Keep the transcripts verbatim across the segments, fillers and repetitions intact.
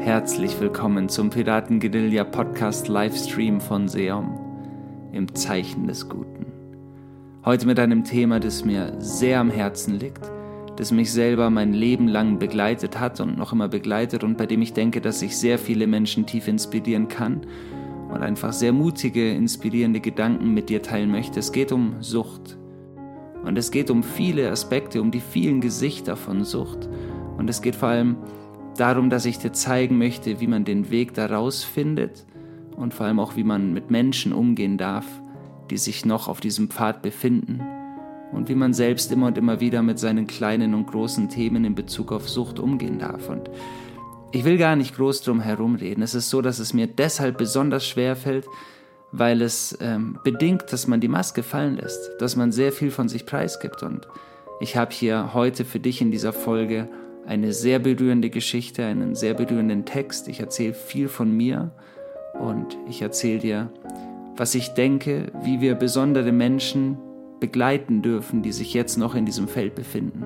Herzlich willkommen zum Piraten-Guerilla Podcast Livestream von Seom im Zeichen des Guten. Heute mit einem Thema, das mir sehr am Herzen liegt, das mich selber mein Leben lang begleitet hat und noch immer begleitet und bei dem ich denke, dass ich sehr viele Menschen tief inspirieren kann und einfach sehr mutige, inspirierende Gedanken mit dir teilen möchte. Es geht um Sucht und es geht um viele Aspekte, um die vielen Gesichter von Sucht und es geht vor allem darum, dass ich dir zeigen möchte, wie man den Weg daraus findet und vor allem auch, wie man mit Menschen umgehen darf, die sich noch auf diesem Pfad befinden und wie man selbst immer und immer wieder mit seinen kleinen und großen Themen in Bezug auf Sucht umgehen darf. Und ich will gar nicht groß drum herum reden. Es ist so, dass es mir deshalb besonders schwer fällt, weil es ähm, bedingt, dass man die Maske fallen lässt, dass man sehr viel von sich preisgibt. Und ich habe hier heute für dich in dieser Folge eine sehr berührende Geschichte, einen sehr berührenden Text. Ich erzähle viel von mir und ich erzähle dir, was ich denke, wie wir besondere Menschen begleiten dürfen, die sich jetzt noch in diesem Feld befinden.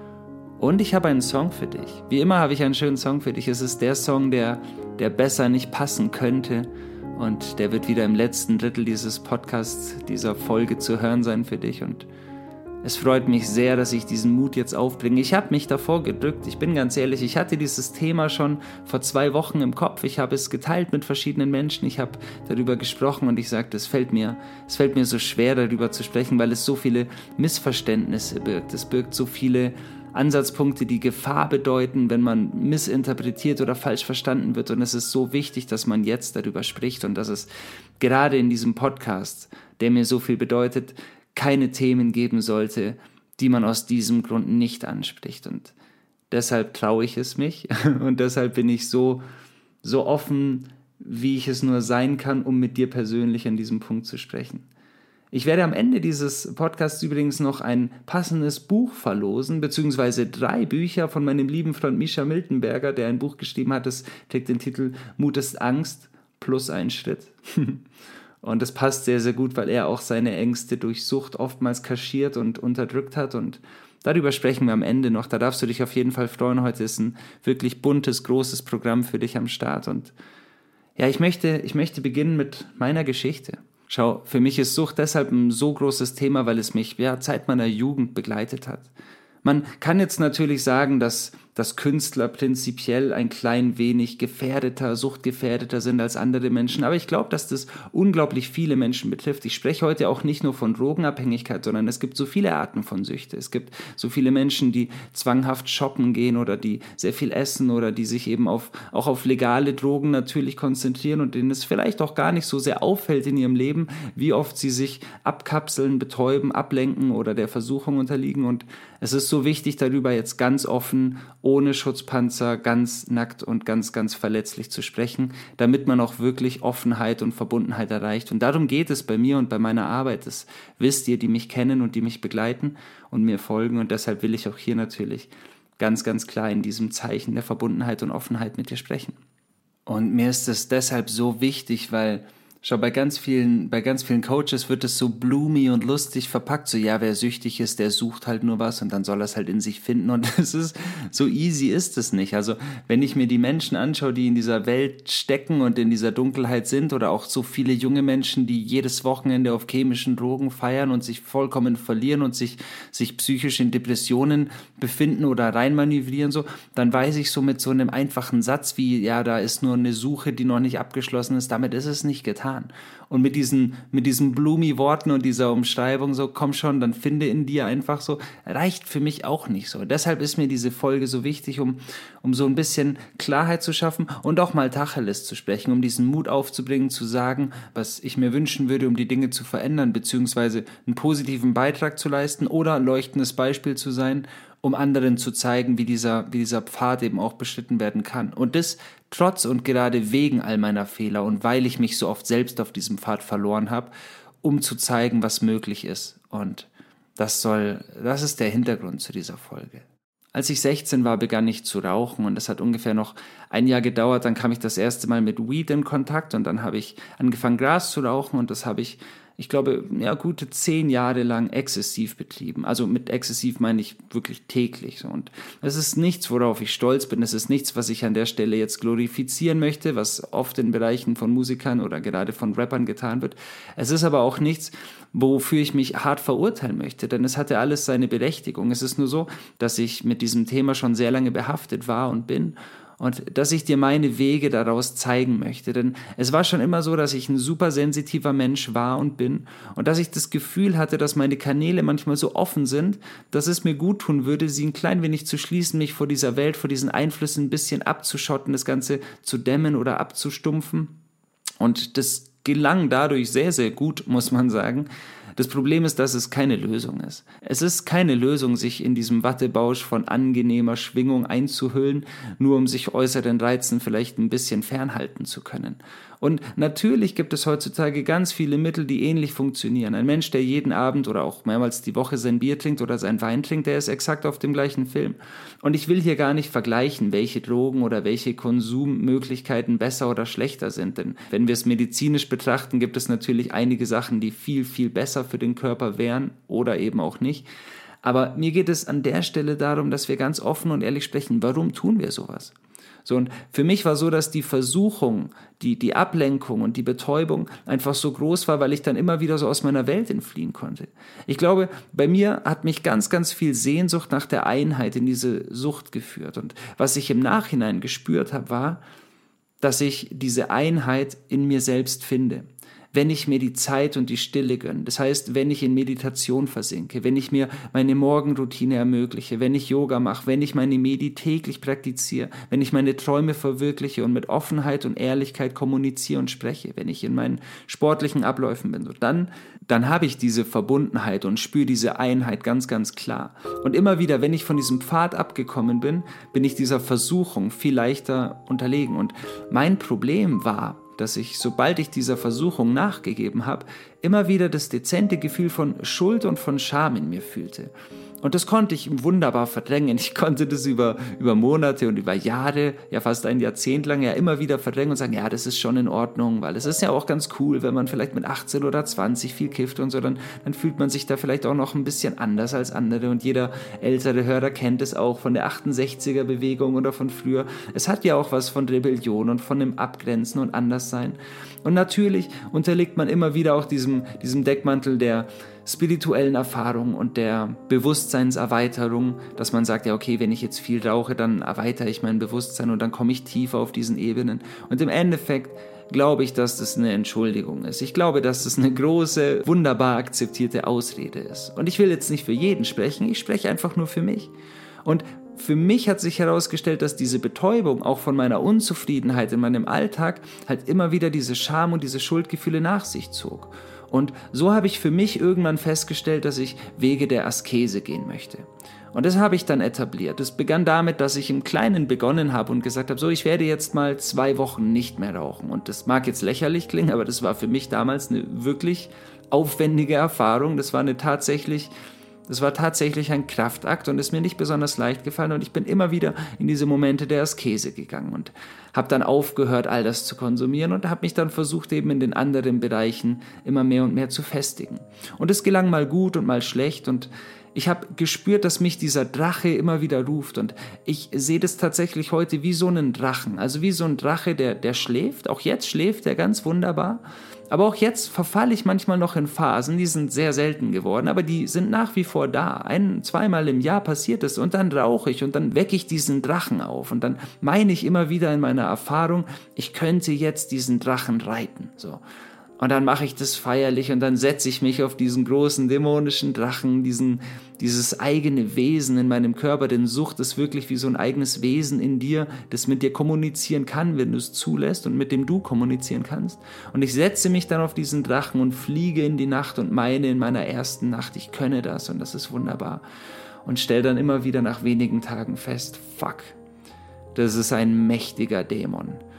Und ich habe einen Song für dich. Wie immer habe ich einen schönen Song für dich. Es ist der Song, der, der besser nicht passen könnte und der wird wieder im letzten Drittel dieses Podcasts, dieser Folge zu hören sein für dich und es freut mich sehr, dass ich diesen Mut jetzt aufbringe. Ich habe mich davor gedrückt, ich bin ganz ehrlich, ich hatte dieses Thema schon vor zwei Wochen im Kopf. Ich habe es geteilt mit verschiedenen Menschen, ich habe darüber gesprochen und ich sagte, es fällt mir, es fällt mir so schwer, darüber zu sprechen, weil es so viele Missverständnisse birgt. Es birgt so viele Ansatzpunkte, die Gefahr bedeuten, wenn man missinterpretiert oder falsch verstanden wird. Und es ist so wichtig, dass man jetzt darüber spricht und dass es gerade in diesem Podcast, der mir so viel bedeutet, keine Themen geben sollte, die man aus diesem Grund nicht anspricht. Und deshalb traue ich es mich und deshalb bin ich so, so offen, wie ich es nur sein kann, um mit dir persönlich an diesem Punkt zu sprechen. Ich werde am Ende dieses Podcasts übrigens noch ein passendes Buch verlosen, beziehungsweise drei Bücher von meinem lieben Freund Mischa Miltenberger, der ein Buch geschrieben hat, das trägt den Titel Mut ist Angst plus ein Schritt. Und das passt sehr, sehr gut, weil er auch seine Ängste durch Sucht oftmals kaschiert und unterdrückt hat. Und darüber sprechen wir am Ende noch. Da darfst du dich auf jeden Fall freuen. Heute ist ein wirklich buntes, großes Programm für dich am Start. Und ja, ich möchte, ich möchte beginnen mit meiner Geschichte. Schau, für mich ist Sucht deshalb ein so großes Thema, weil es mich ja seit meiner Jugend begleitet hat. Man kann jetzt natürlich sagen, dass, dass Künstler prinzipiell ein klein wenig gefährdeter, suchtgefährdeter sind als andere Menschen, aber ich glaube, dass das unglaublich viele Menschen betrifft. Ich spreche heute auch nicht nur von Drogenabhängigkeit, sondern es gibt so viele Arten von Süchte. Es gibt so viele Menschen, die zwanghaft shoppen gehen oder die sehr viel essen oder die sich eben auf, auch auf legale Drogen natürlich konzentrieren und denen es vielleicht auch gar nicht so sehr auffällt in ihrem Leben, wie oft sie sich abkapseln, betäuben, ablenken oder der Versuchung unterliegen. Und es ist so wichtig, darüber jetzt ganz offen, ohne Schutzpanzer, ganz nackt und ganz, ganz verletzlich zu sprechen, damit man auch wirklich Offenheit und Verbundenheit erreicht. Und darum geht es bei mir und bei meiner Arbeit. Das wisst ihr, die mich kennen und die mich begleiten und mir folgen. Und deshalb will ich auch hier natürlich ganz, ganz klar in diesem Zeichen der Verbundenheit und Offenheit mit dir sprechen. Und mir ist es deshalb so wichtig, weil schau, bei ganz vielen, bei ganz vielen Coaches wird es so bloomy und lustig verpackt, so ja, wer süchtig ist, der sucht halt nur was und dann soll er es halt in sich finden und es ist, so easy ist es nicht. Also wenn ich mir die Menschen anschaue, die in dieser Welt stecken und in dieser Dunkelheit sind oder auch so viele junge Menschen, die jedes Wochenende auf chemischen Drogen feiern und sich vollkommen verlieren und sich, sich psychisch in Depressionen befinden oder reinmanövrieren, so, dann weiß ich so mit so einem einfachen Satz wie, ja, da ist nur eine Suche, die noch nicht abgeschlossen ist, damit ist es nicht getan. Und mit diesen, mit diesen bloomy Worten und dieser Umschreibung so, komm schon, dann finde in dir einfach so, reicht für mich auch nicht so. Deshalb ist mir diese Folge so wichtig, um, um so ein bisschen Klarheit zu schaffen und auch mal Tacheles zu sprechen, um diesen Mut aufzubringen, zu sagen, was ich mir wünschen würde, um die Dinge zu verändern, beziehungsweise einen positiven Beitrag zu leisten oder ein leuchtendes Beispiel zu sein, um anderen zu zeigen, wie dieser, wie dieser Pfad eben auch beschritten werden kann. Und das trotz und gerade wegen all meiner Fehler und weil ich mich so oft selbst auf diesem Pfad verloren habe, um zu zeigen, was möglich ist. Und das soll, das ist der Hintergrund zu dieser Folge. Als ich sechzehn war, begann ich zu rauchen und das hat ungefähr noch ein Jahr gedauert. Dann kam ich das erste Mal mit Weed in Kontakt und dann habe ich angefangen, Gras zu rauchen und das habe ich ich glaube, ja, gute zehn Jahre lang exzessiv betrieben. Also mit exzessiv meine ich wirklich täglich. Und es ist nichts, worauf ich stolz bin. Es ist nichts, was ich an der Stelle jetzt glorifizieren möchte, was oft in Bereichen von Musikern oder gerade von Rappern getan wird. Es ist aber auch nichts, wofür ich mich hart verurteilen möchte, denn es hatte alles seine Berechtigung. Es ist nur so, dass ich mit diesem Thema schon sehr lange behaftet war und bin und dass ich dir meine Wege daraus zeigen möchte. Denn es war schon immer so, dass ich ein super sensitiver Mensch war und bin und dass ich das Gefühl hatte, dass meine Kanäle manchmal so offen sind, dass es mir gut tun würde, sie ein klein wenig zu schließen, mich vor dieser Welt, vor diesen Einflüssen ein bisschen abzuschotten, das Ganze zu dämmen oder abzustumpfen. Und das gelang dadurch sehr, sehr gut, muss man sagen. Das Problem ist, dass es keine Lösung ist. Es ist keine Lösung, sich in diesem Wattebausch von angenehmer Schwingung einzuhüllen, nur um sich äußeren Reizen vielleicht ein bisschen fernhalten zu können. Und natürlich gibt es heutzutage ganz viele Mittel, die ähnlich funktionieren. Ein Mensch, der jeden Abend oder auch mehrmals die Woche sein Bier trinkt oder sein Wein trinkt, der ist exakt auf dem gleichen Film. Und ich will hier gar nicht vergleichen, welche Drogen oder welche Konsummöglichkeiten besser oder schlechter sind. Denn wenn wir es medizinisch betrachten, gibt es natürlich einige Sachen, die viel, viel besser für den Körper wären oder eben auch nicht. Aber mir geht es an der Stelle darum, dass wir ganz offen und ehrlich sprechen, warum tun wir sowas? So, und für mich war so, dass die Versuchung, die, die Ablenkung und die Betäubung einfach so groß war, weil ich dann immer wieder so aus meiner Welt entfliehen konnte. Ich glaube, bei mir hat mich ganz, ganz viel Sehnsucht nach der Einheit in diese Sucht geführt. Und was ich im Nachhinein gespürt habe, war, dass ich diese Einheit in mir selbst finde. Wenn ich mir die Zeit und die Stille gönne. Das heißt, wenn ich in Meditation versinke, wenn ich mir meine Morgenroutine ermögliche, wenn ich Yoga mache, wenn ich meine Medi täglich praktiziere, wenn ich meine Träume verwirkliche und mit Offenheit und Ehrlichkeit kommuniziere und spreche, wenn ich in meinen sportlichen Abläufen bin, so dann, dann habe ich diese Verbundenheit und spüre diese Einheit ganz, ganz klar. Und immer wieder, wenn ich von diesem Pfad abgekommen bin, bin ich dieser Versuchung viel leichter unterlegen. Und mein Problem war, dass ich, sobald ich dieser Versuchung nachgegeben habe, immer wieder das dezente Gefühl von Schuld und von Scham in mir fühlte. Und das konnte ich wunderbar verdrängen. Ich konnte das über, über Monate und über Jahre, ja fast ein Jahrzehnt lang, ja immer wieder verdrängen und sagen, ja, das ist schon in Ordnung, weil es ist ja auch ganz cool, wenn man vielleicht mit achtzehn oder zwanzig viel kifft und so, dann, dann fühlt man sich da vielleicht auch noch ein bisschen anders als andere. Und jeder ältere Hörer kennt es auch von der achtundsechziger-Bewegung oder von früher. Es hat ja auch was von Rebellion und von dem Abgrenzen und Anderssein. Und natürlich unterliegt man immer wieder auch diesem, diesem Deckmantel der spirituellen Erfahrung und der Bewusstseinserweiterung, dass man sagt, ja okay, wenn ich jetzt viel rauche, dann erweitere ich mein Bewusstsein und dann komme ich tiefer auf diesen Ebenen. Und im Endeffekt glaube ich, dass das eine Entschuldigung ist. Ich glaube, dass das eine große, wunderbar akzeptierte Ausrede ist. Und ich will jetzt nicht für jeden sprechen, ich spreche einfach nur für mich. Und für mich hat sich herausgestellt, dass diese Betäubung auch von meiner Unzufriedenheit in meinem Alltag halt immer wieder diese Scham und diese Schuldgefühle nach sich zog. Und so habe ich für mich irgendwann festgestellt, dass ich Wege der Askese gehen möchte. Und das habe ich dann etabliert. Es begann damit, dass ich im Kleinen begonnen habe und gesagt habe, so, ich werde jetzt mal zwei Wochen nicht mehr rauchen. Und das mag jetzt lächerlich klingen, aber das war für mich damals eine wirklich aufwendige Erfahrung. Das war eine tatsächlich... Das war tatsächlich ein Kraftakt und ist mir nicht besonders leicht gefallen und ich bin immer wieder in diese Momente der Askese gegangen und habe dann aufgehört, all das zu konsumieren und habe mich dann versucht, eben in den anderen Bereichen immer mehr und mehr zu festigen. Und es gelang mal gut und mal schlecht und ich habe gespürt, dass mich dieser Drache immer wieder ruft und ich sehe das tatsächlich heute wie so einen Drachen, also wie so ein Drache, der, der schläft, auch jetzt schläft er ganz wunderbar, aber auch jetzt verfalle ich manchmal noch in Phasen, die sind sehr selten geworden, aber die sind nach wie vor da, ein-, zweimal im Jahr passiert es und dann rauche ich und dann wecke ich diesen Drachen auf und dann meine ich immer wieder in meiner Erfahrung, ich könnte jetzt diesen Drachen reiten, so. Und dann mache ich das feierlich und dann setze ich mich auf diesen großen dämonischen Drachen, diesen, dieses eigene Wesen in meinem Körper, denn Sucht ist wirklich wie so ein eigenes Wesen in dir, das mit dir kommunizieren kann, wenn du es zulässt und mit dem du kommunizieren kannst. Und ich setze mich dann auf diesen Drachen und fliege in die Nacht und meine in meiner ersten Nacht, ich könne das und das ist wunderbar. Und stelle dann immer wieder nach wenigen Tagen fest, fuck, das ist ein mächtiger Dämon.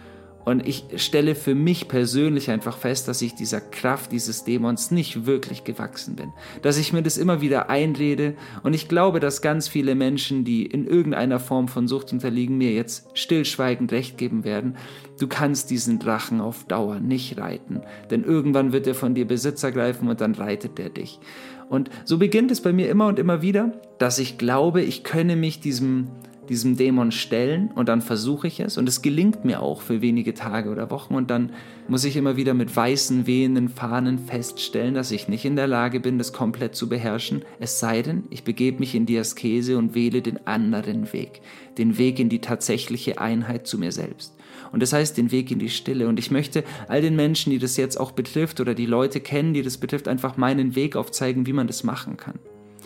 Und ich stelle für mich persönlich einfach fest, dass ich dieser Kraft dieses Dämons nicht wirklich gewachsen bin. Dass ich mir das immer wieder einrede. Und ich glaube, dass ganz viele Menschen, die in irgendeiner Form von Sucht unterliegen, mir jetzt stillschweigend recht geben werden. Du kannst diesen Drachen auf Dauer nicht reiten. Denn irgendwann wird er von dir Besitz ergreifen und dann reitet er dich. Und so beginnt es bei mir immer und immer wieder, dass ich glaube, ich könne mich diesem diesem Dämon stellen und dann versuche ich es und es gelingt mir auch für wenige Tage oder Wochen und dann muss ich immer wieder mit weißen, wehenden Fahnen feststellen, dass ich nicht in der Lage bin, das komplett zu beherrschen, es sei denn, ich begebe mich in die Askese und wähle den anderen Weg, den Weg in die tatsächliche Einheit zu mir selbst. Und das heißt, den Weg in die Stille. Und ich möchte all den Menschen, die das jetzt auch betrifft oder die Leute kennen, die das betrifft, einfach meinen Weg aufzeigen, wie man das machen kann.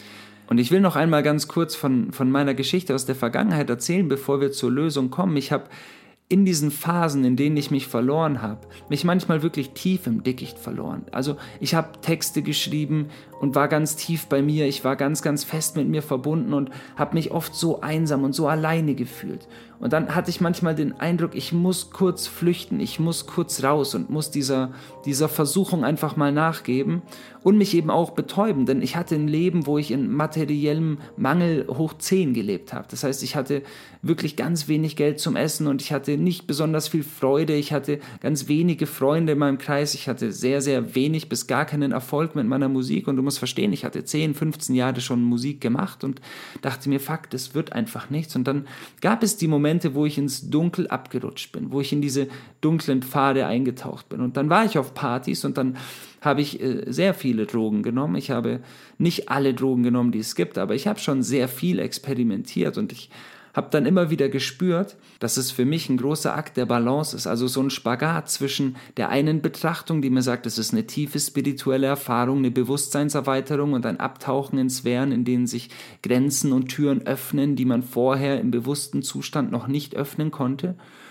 Und ich will noch einmal ganz kurz von, von meiner Geschichte aus der Vergangenheit erzählen, bevor wir zur Lösung kommen. Ich habe in diesen Phasen, in denen ich mich verloren habe, mich manchmal wirklich tief im Dickicht verloren. Also ich habe Texte geschrieben und war ganz tief bei mir. Ich war ganz, ganz fest mit mir verbunden und habe mich oft so einsam und so alleine gefühlt. Und dann hatte ich manchmal den Eindruck, ich muss kurz flüchten, ich muss kurz raus und muss dieser, dieser Versuchung einfach mal nachgeben und mich eben auch betäuben, denn ich hatte ein Leben, wo ich in materiellem Mangel hoch zehn gelebt habe. Das heißt, ich hatte wirklich ganz wenig Geld zum Essen und ich hatte nicht besonders viel Freude, ich hatte ganz wenige Freunde in meinem Kreis, ich hatte sehr, sehr wenig bis gar keinen Erfolg mit meiner Musik und du musst verstehen, ich hatte zehn, fünfzehn Jahre schon Musik gemacht und dachte mir, fuck, das wird einfach nichts. Und dann gab es die Momente, wo ich ins Dunkel abgerutscht bin, wo ich in diese dunklen Pfade eingetaucht bin. Und dann war ich auf Partys und dann habe ich äh, sehr viele Drogen genommen. Ich habe nicht alle Drogen genommen, die es gibt, aber ich habe schon sehr viel experimentiert und ich habe dann immer wieder gespürt, dass es für mich ein großer Akt der Balance ist, also so ein Spagat zwischen der einen Betrachtung, die mir sagt, es ist eine tiefe spirituelle Erfahrung, eine Bewusstseinserweiterung und ein Abtauchen in Sphären, in denen sich Grenzen und Türen öffnen, die man vorher im bewussten Zustand noch nicht öffnen konnte,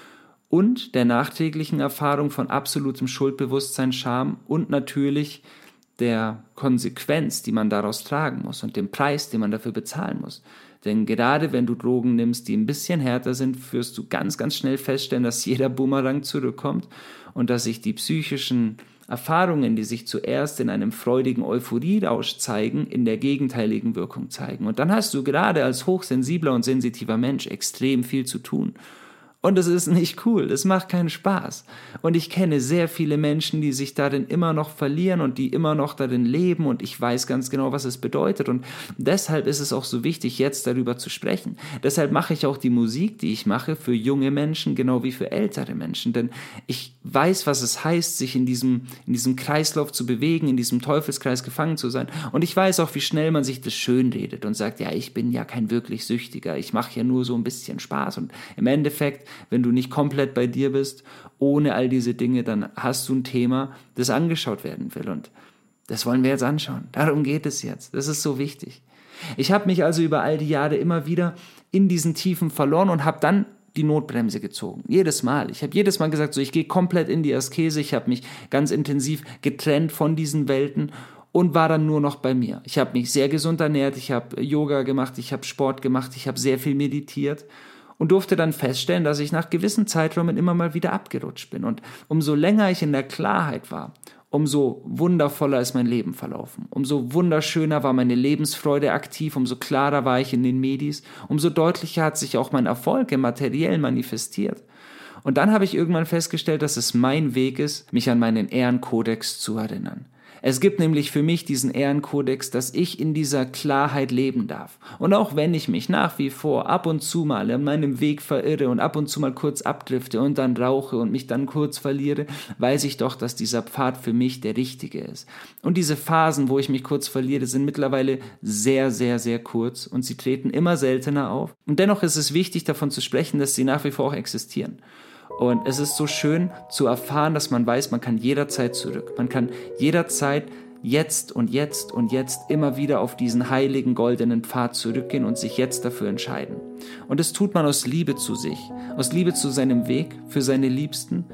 und der nachträglichen Erfahrung von absolutem Schuldbewusstsein, Scham und natürlich der Konsequenz, die man daraus tragen muss und dem Preis, den man dafür bezahlen muss. Denn gerade wenn du Drogen nimmst, die ein bisschen härter sind, wirst du ganz, ganz schnell feststellen, dass jeder Bumerang zurückkommt und dass sich die psychischen Erfahrungen, die sich zuerst in einem freudigen Euphorierausch zeigen, in der gegenteiligen Wirkung zeigen. Und dann hast du gerade als hochsensibler und sensitiver Mensch extrem viel zu tun. Und es ist nicht cool, es macht keinen Spaß. Und ich kenne sehr viele Menschen, die sich darin immer noch verlieren und die immer noch darin leben und ich weiß ganz genau, was es bedeutet. Und deshalb ist es auch so wichtig, jetzt darüber zu sprechen. Deshalb mache ich auch die Musik, die ich mache, für junge Menschen, genau wie für ältere Menschen. Denn ich weiß, was es heißt, sich in diesem, in diesem Kreislauf zu bewegen, in diesem Teufelskreis gefangen zu sein. Und ich weiß auch, wie schnell man sich das schönredet und sagt, ja, ich bin ja kein wirklich Süchtiger, ich mache ja nur so ein bisschen Spaß. Und im Endeffekt, wenn du nicht komplett bei dir bist, ohne all diese Dinge, dann hast du ein Thema, das angeschaut werden will. Und das wollen wir jetzt anschauen. Darum geht es jetzt. Das ist so wichtig. Ich habe mich also über all die Jahre immer wieder in diesen Tiefen verloren und habe dann die Notbremse gezogen. Jedes Mal. Ich habe jedes Mal gesagt, so ich gehe komplett in die Askese. Ich habe mich ganz intensiv getrennt von diesen Welten und war dann nur noch bei mir. Ich habe mich sehr gesund ernährt. Ich habe Yoga gemacht. Ich habe Sport gemacht. Ich habe sehr viel meditiert. Und durfte dann feststellen, dass ich nach gewissen Zeiträumen immer mal wieder abgerutscht bin. Und umso länger ich in der Klarheit war, umso wundervoller ist mein Leben verlaufen. Umso wunderschöner war meine Lebensfreude aktiv, umso klarer war ich in den Medis, umso deutlicher hat sich auch mein Erfolg im Materiellen manifestiert. Und dann habe ich irgendwann festgestellt, dass es mein Weg ist, mich an meinen Ehrenkodex zu erinnern. Es gibt nämlich für mich diesen Ehrenkodex, dass ich in dieser Klarheit leben darf. Und auch wenn ich mich nach wie vor ab und zu mal an meinem Weg verirre und ab und zu mal kurz abdrifte und dann rauche und mich dann kurz verliere, weiß ich doch, dass dieser Pfad für mich der richtige ist. Und diese Phasen, wo ich mich kurz verliere, sind mittlerweile sehr, sehr, sehr kurz und sie treten immer seltener auf. Und dennoch ist es wichtig, davon zu sprechen, dass sie nach wie vor auch existieren. Und es ist so schön zu erfahren, dass man weiß, man kann jederzeit zurück. Man kann jederzeit jetzt und jetzt und jetzt immer wieder auf diesen heiligen goldenen Pfad zurückgehen und sich jetzt dafür entscheiden. Und das tut man aus Liebe zu sich, aus Liebe zu seinem Weg, für seine Liebsten,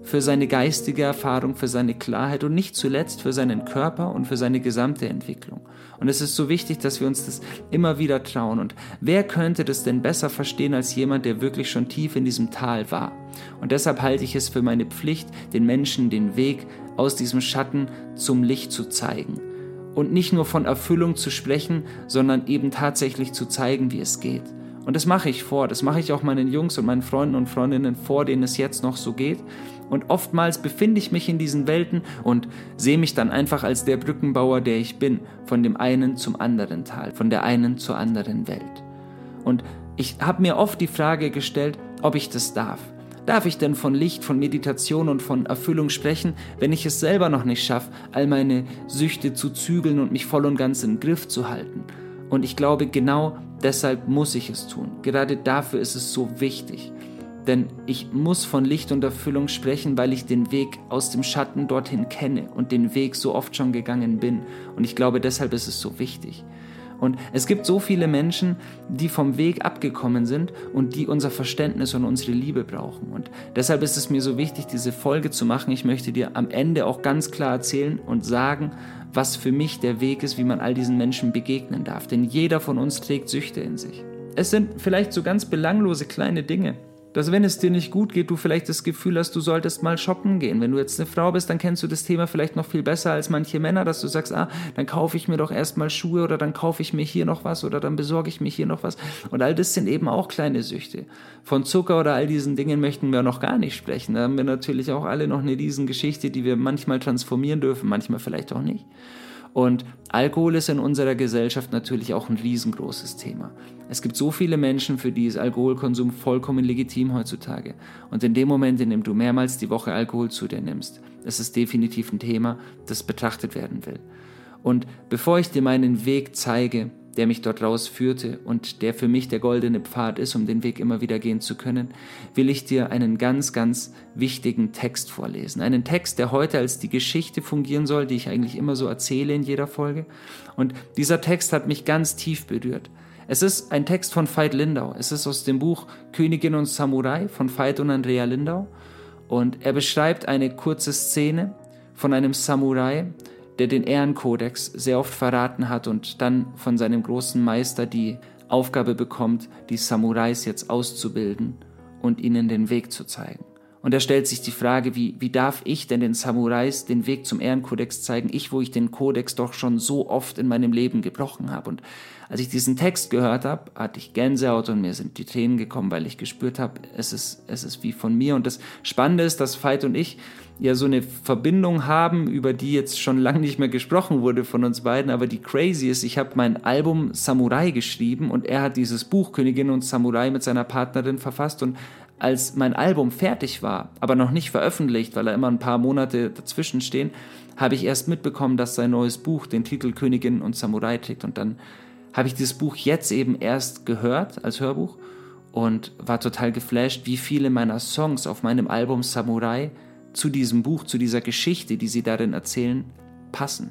für seine geistige Erfahrung, für seine Klarheit und nicht zuletzt für seinen Körper und für seine gesamte Entwicklung. Und es ist so wichtig, dass wir uns das immer wieder trauen. Und wer könnte das denn besser verstehen als jemand, der wirklich schon tief in diesem Tal war? Und deshalb halte ich es für meine Pflicht, den Menschen den Weg aus diesem Schatten zum Licht zu zeigen. Und nicht nur von Erfüllung zu sprechen, sondern eben tatsächlich zu zeigen, wie es geht. Und das mache ich vor, das mache ich auch meinen Jungs und meinen Freunden und Freundinnen vor, denen es jetzt noch so geht. Und oftmals befinde ich mich in diesen Welten und sehe mich dann einfach als der Brückenbauer, der ich bin, von dem einen zum anderen Tal, von der einen zur anderen Welt. Und ich habe mir oft die Frage gestellt, ob ich das darf. Darf ich denn von Licht, von Meditation und von Erfüllung sprechen, wenn ich es selber noch nicht schaffe, all meine Süchte zu zügeln und mich voll und ganz im Griff zu halten? Und ich glaube, genau deshalb muss ich es tun. Gerade dafür ist es so wichtig. Denn ich muss von Licht und Erfüllung sprechen, weil ich den Weg aus dem Schatten dorthin kenne und den Weg so oft schon gegangen bin. Und ich glaube, deshalb ist es so wichtig. Und es gibt so viele Menschen, die vom Weg abgekommen sind und die unser Verständnis und unsere Liebe brauchen. Und deshalb ist es mir so wichtig, diese Folge zu machen. Ich möchte dir am Ende auch ganz klar erzählen und sagen, was für mich der Weg ist, wie man all diesen Menschen begegnen darf. Denn jeder von uns trägt Süchte in sich. Es sind vielleicht so ganz belanglose kleine Dinge, dass wenn es dir nicht gut geht, du vielleicht das Gefühl hast, du solltest mal shoppen gehen. Wenn du jetzt eine Frau bist, dann kennst du das Thema vielleicht noch viel besser als manche Männer, dass du sagst, ah, dann kaufe ich mir doch erstmal Schuhe oder dann kaufe ich mir hier noch was oder dann besorge ich mir hier noch was. Und all das sind eben auch kleine Süchte. Von Zucker oder all diesen Dingen möchten wir noch gar nicht sprechen. Da haben wir natürlich auch alle noch eine Riesengeschichte, die wir manchmal transformieren dürfen, manchmal vielleicht auch nicht. Und Alkohol ist in unserer Gesellschaft natürlich auch ein riesengroßes Thema. Es gibt so viele Menschen, für die ist Alkoholkonsum vollkommen legitim heutzutage. Und in dem Moment, in dem du mehrmals die Woche Alkohol zu dir nimmst, ist es definitiv ein Thema, das betrachtet werden will. Und bevor ich dir meinen Weg zeige, der mich dort rausführte und der für mich der goldene Pfad ist, um den Weg immer wieder gehen zu können, will ich dir einen ganz, ganz wichtigen Text vorlesen. Einen Text, der heute als die Geschichte fungieren soll, die ich eigentlich immer so erzähle in jeder Folge. Und dieser Text hat mich ganz tief berührt. Es ist ein Text von Veit Lindau. Es ist aus dem Buch Königin und Samurai von Veit und Andrea Lindau. Und er beschreibt eine kurze Szene von einem Samurai, der den Ehrenkodex sehr oft verraten hat und dann von seinem großen Meister die Aufgabe bekommt, die Samurais jetzt auszubilden und ihnen den Weg zu zeigen. Und er stellt sich die Frage, wie, wie darf ich denn den Samurais den Weg zum Ehrenkodex zeigen, ich, wo ich den Kodex doch schon so oft in meinem Leben gebrochen habe. Und als ich diesen Text gehört habe, hatte ich Gänsehaut und mir sind die Tränen gekommen, weil ich gespürt habe, es ist, es ist wie von mir. Und das Spannende ist, dass Veit und ich ja so eine Verbindung haben, über die jetzt schon lange nicht mehr gesprochen wurde von uns beiden, aber die crazy ist, ich habe mein Album Samurai geschrieben und er hat dieses Buch Königin und Samurai mit seiner Partnerin verfasst und als mein Album fertig war, aber noch nicht veröffentlicht, weil da immer ein paar Monate dazwischen stehen, habe ich erst mitbekommen, dass sein neues Buch den Titel Königin und Samurai trägt und dann habe ich dieses Buch jetzt eben erst gehört als Hörbuch und war total geflasht, wie viele meiner Songs auf meinem Album Samurai zu diesem Buch, zu dieser Geschichte, die sie darin erzählen, passen.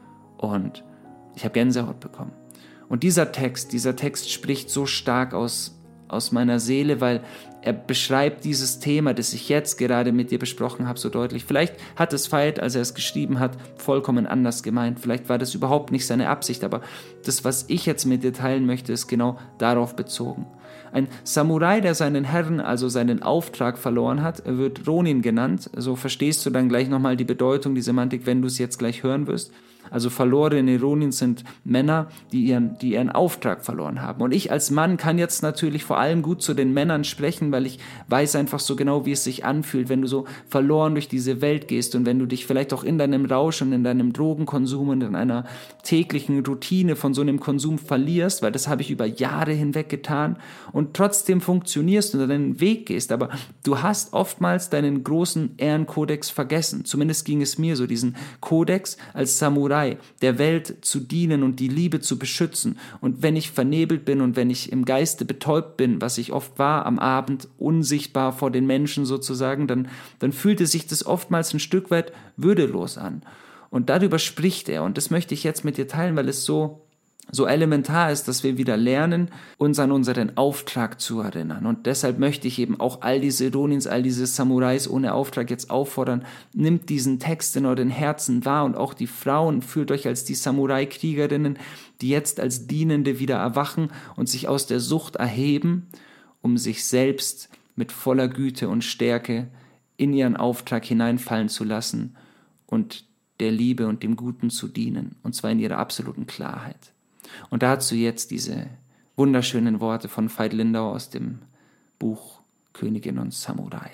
Und ich habe Gänsehaut bekommen. Und dieser Text, dieser Text spricht so stark aus, aus meiner Seele, weil er beschreibt dieses Thema, das ich jetzt gerade mit dir besprochen habe, so deutlich. Vielleicht hat es Veit, als er es geschrieben hat, vollkommen anders gemeint. Vielleicht war das überhaupt nicht seine Absicht, aber das, was ich jetzt mit dir teilen möchte, ist genau darauf bezogen. Ein Samurai, der seinen Herrn, also seinen Auftrag verloren hat, wird Ronin genannt. So verstehst du dann gleich nochmal die Bedeutung, die Semantik, wenn du es jetzt gleich hören wirst. Also verlorene Ronin sind Männer, die ihren, die ihren Auftrag verloren haben. Und ich als Mann kann jetzt natürlich vor allem gut zu den Männern sprechen, weil ich weiß einfach so genau, wie es sich anfühlt, wenn du so verloren durch diese Welt gehst und wenn du dich vielleicht auch in deinem Rausch und in deinem Drogenkonsum und in einer täglichen Routine von so einem Konsum verlierst, weil das habe ich über Jahre hinweg getan und trotzdem funktionierst und deinen Weg gehst. Aber du hast oftmals deinen großen Ehrenkodex vergessen. Zumindest ging es mir so, diesen Kodex als Samurai der Welt zu dienen und die Liebe zu beschützen. Und wenn ich vernebelt bin und wenn ich im Geiste betäubt bin, was ich oft war, am Abend unsichtbar vor den Menschen sozusagen, dann, dann fühlte sich das oftmals ein Stück weit würdelos an. Und darüber spricht er und das möchte ich jetzt mit dir teilen, weil es so so elementar ist, dass wir wieder lernen, uns an unseren Auftrag zu erinnern. Und deshalb möchte ich eben auch all diese Ronins, all diese Samurais ohne Auftrag jetzt auffordern, nimmt diesen Text in euren Herzen wahr und auch die Frauen, fühlt euch als die Samurai-Kriegerinnen, die jetzt als Dienende wieder erwachen und sich aus der Sucht erheben, um sich selbst mit voller Güte und Stärke in ihren Auftrag hineinfallen zu lassen und der Liebe und dem Guten zu dienen, und zwar in ihrer absoluten Klarheit. Und dazu jetzt diese wunderschönen Worte von Veit Lindau aus dem Buch Königin und Samurai.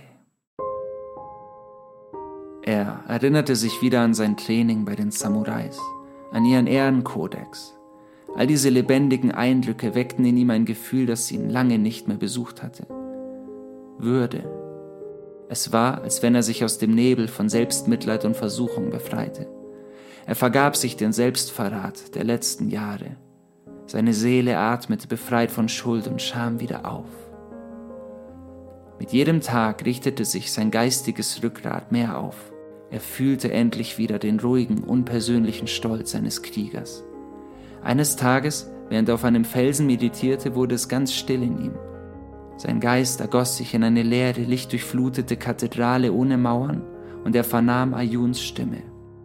Er erinnerte sich wieder an sein Training bei den Samurais, an ihren Ehrenkodex. All diese lebendigen Eindrücke weckten in ihm ein Gefühl, das ihn lange nicht mehr besucht hatte. Würde. Es war, als wenn er sich aus dem Nebel von Selbstmitleid und Versuchung befreite. Er vergab sich den Selbstverrat der letzten Jahre. Seine Seele atmete befreit von Schuld und Scham wieder auf. Mit jedem Tag richtete sich sein geistiges Rückgrat mehr auf. Er fühlte endlich wieder den ruhigen, unpersönlichen Stolz eines Kriegers. Eines Tages, während er auf einem Felsen meditierte, wurde es ganz still in ihm. Sein Geist ergoss sich in eine leere, lichtdurchflutete Kathedrale ohne Mauern und er vernahm Ayuns Stimme.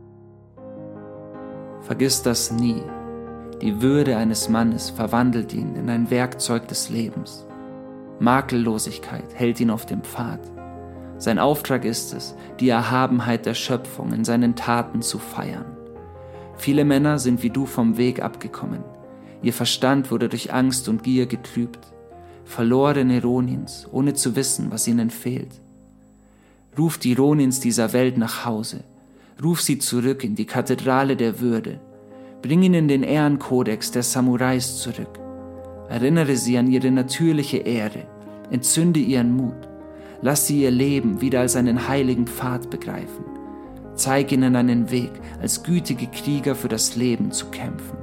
Vergiss das nie. Die Würde eines Mannes verwandelt ihn in ein Werkzeug des Lebens. Makellosigkeit hält ihn auf dem Pfad. Sein Auftrag ist es, die Erhabenheit der Schöpfung in seinen Taten zu feiern. Viele Männer sind wie du vom Weg abgekommen. Ihr Verstand wurde durch Angst und Gier getrübt. Verlorene Ronins, ohne zu wissen, was ihnen fehlt. Ruf die Ronins dieser Welt nach Hause. Ruf sie zurück in die Kathedrale der Würde. Bring ihnen den Ehrenkodex der Samurais zurück. Erinnere sie an ihre natürliche Ehre. Entzünde ihren Mut. Lass sie ihr Leben wieder als einen heiligen Pfad begreifen. Zeig ihnen einen Weg, als gütige Krieger für das Leben zu kämpfen.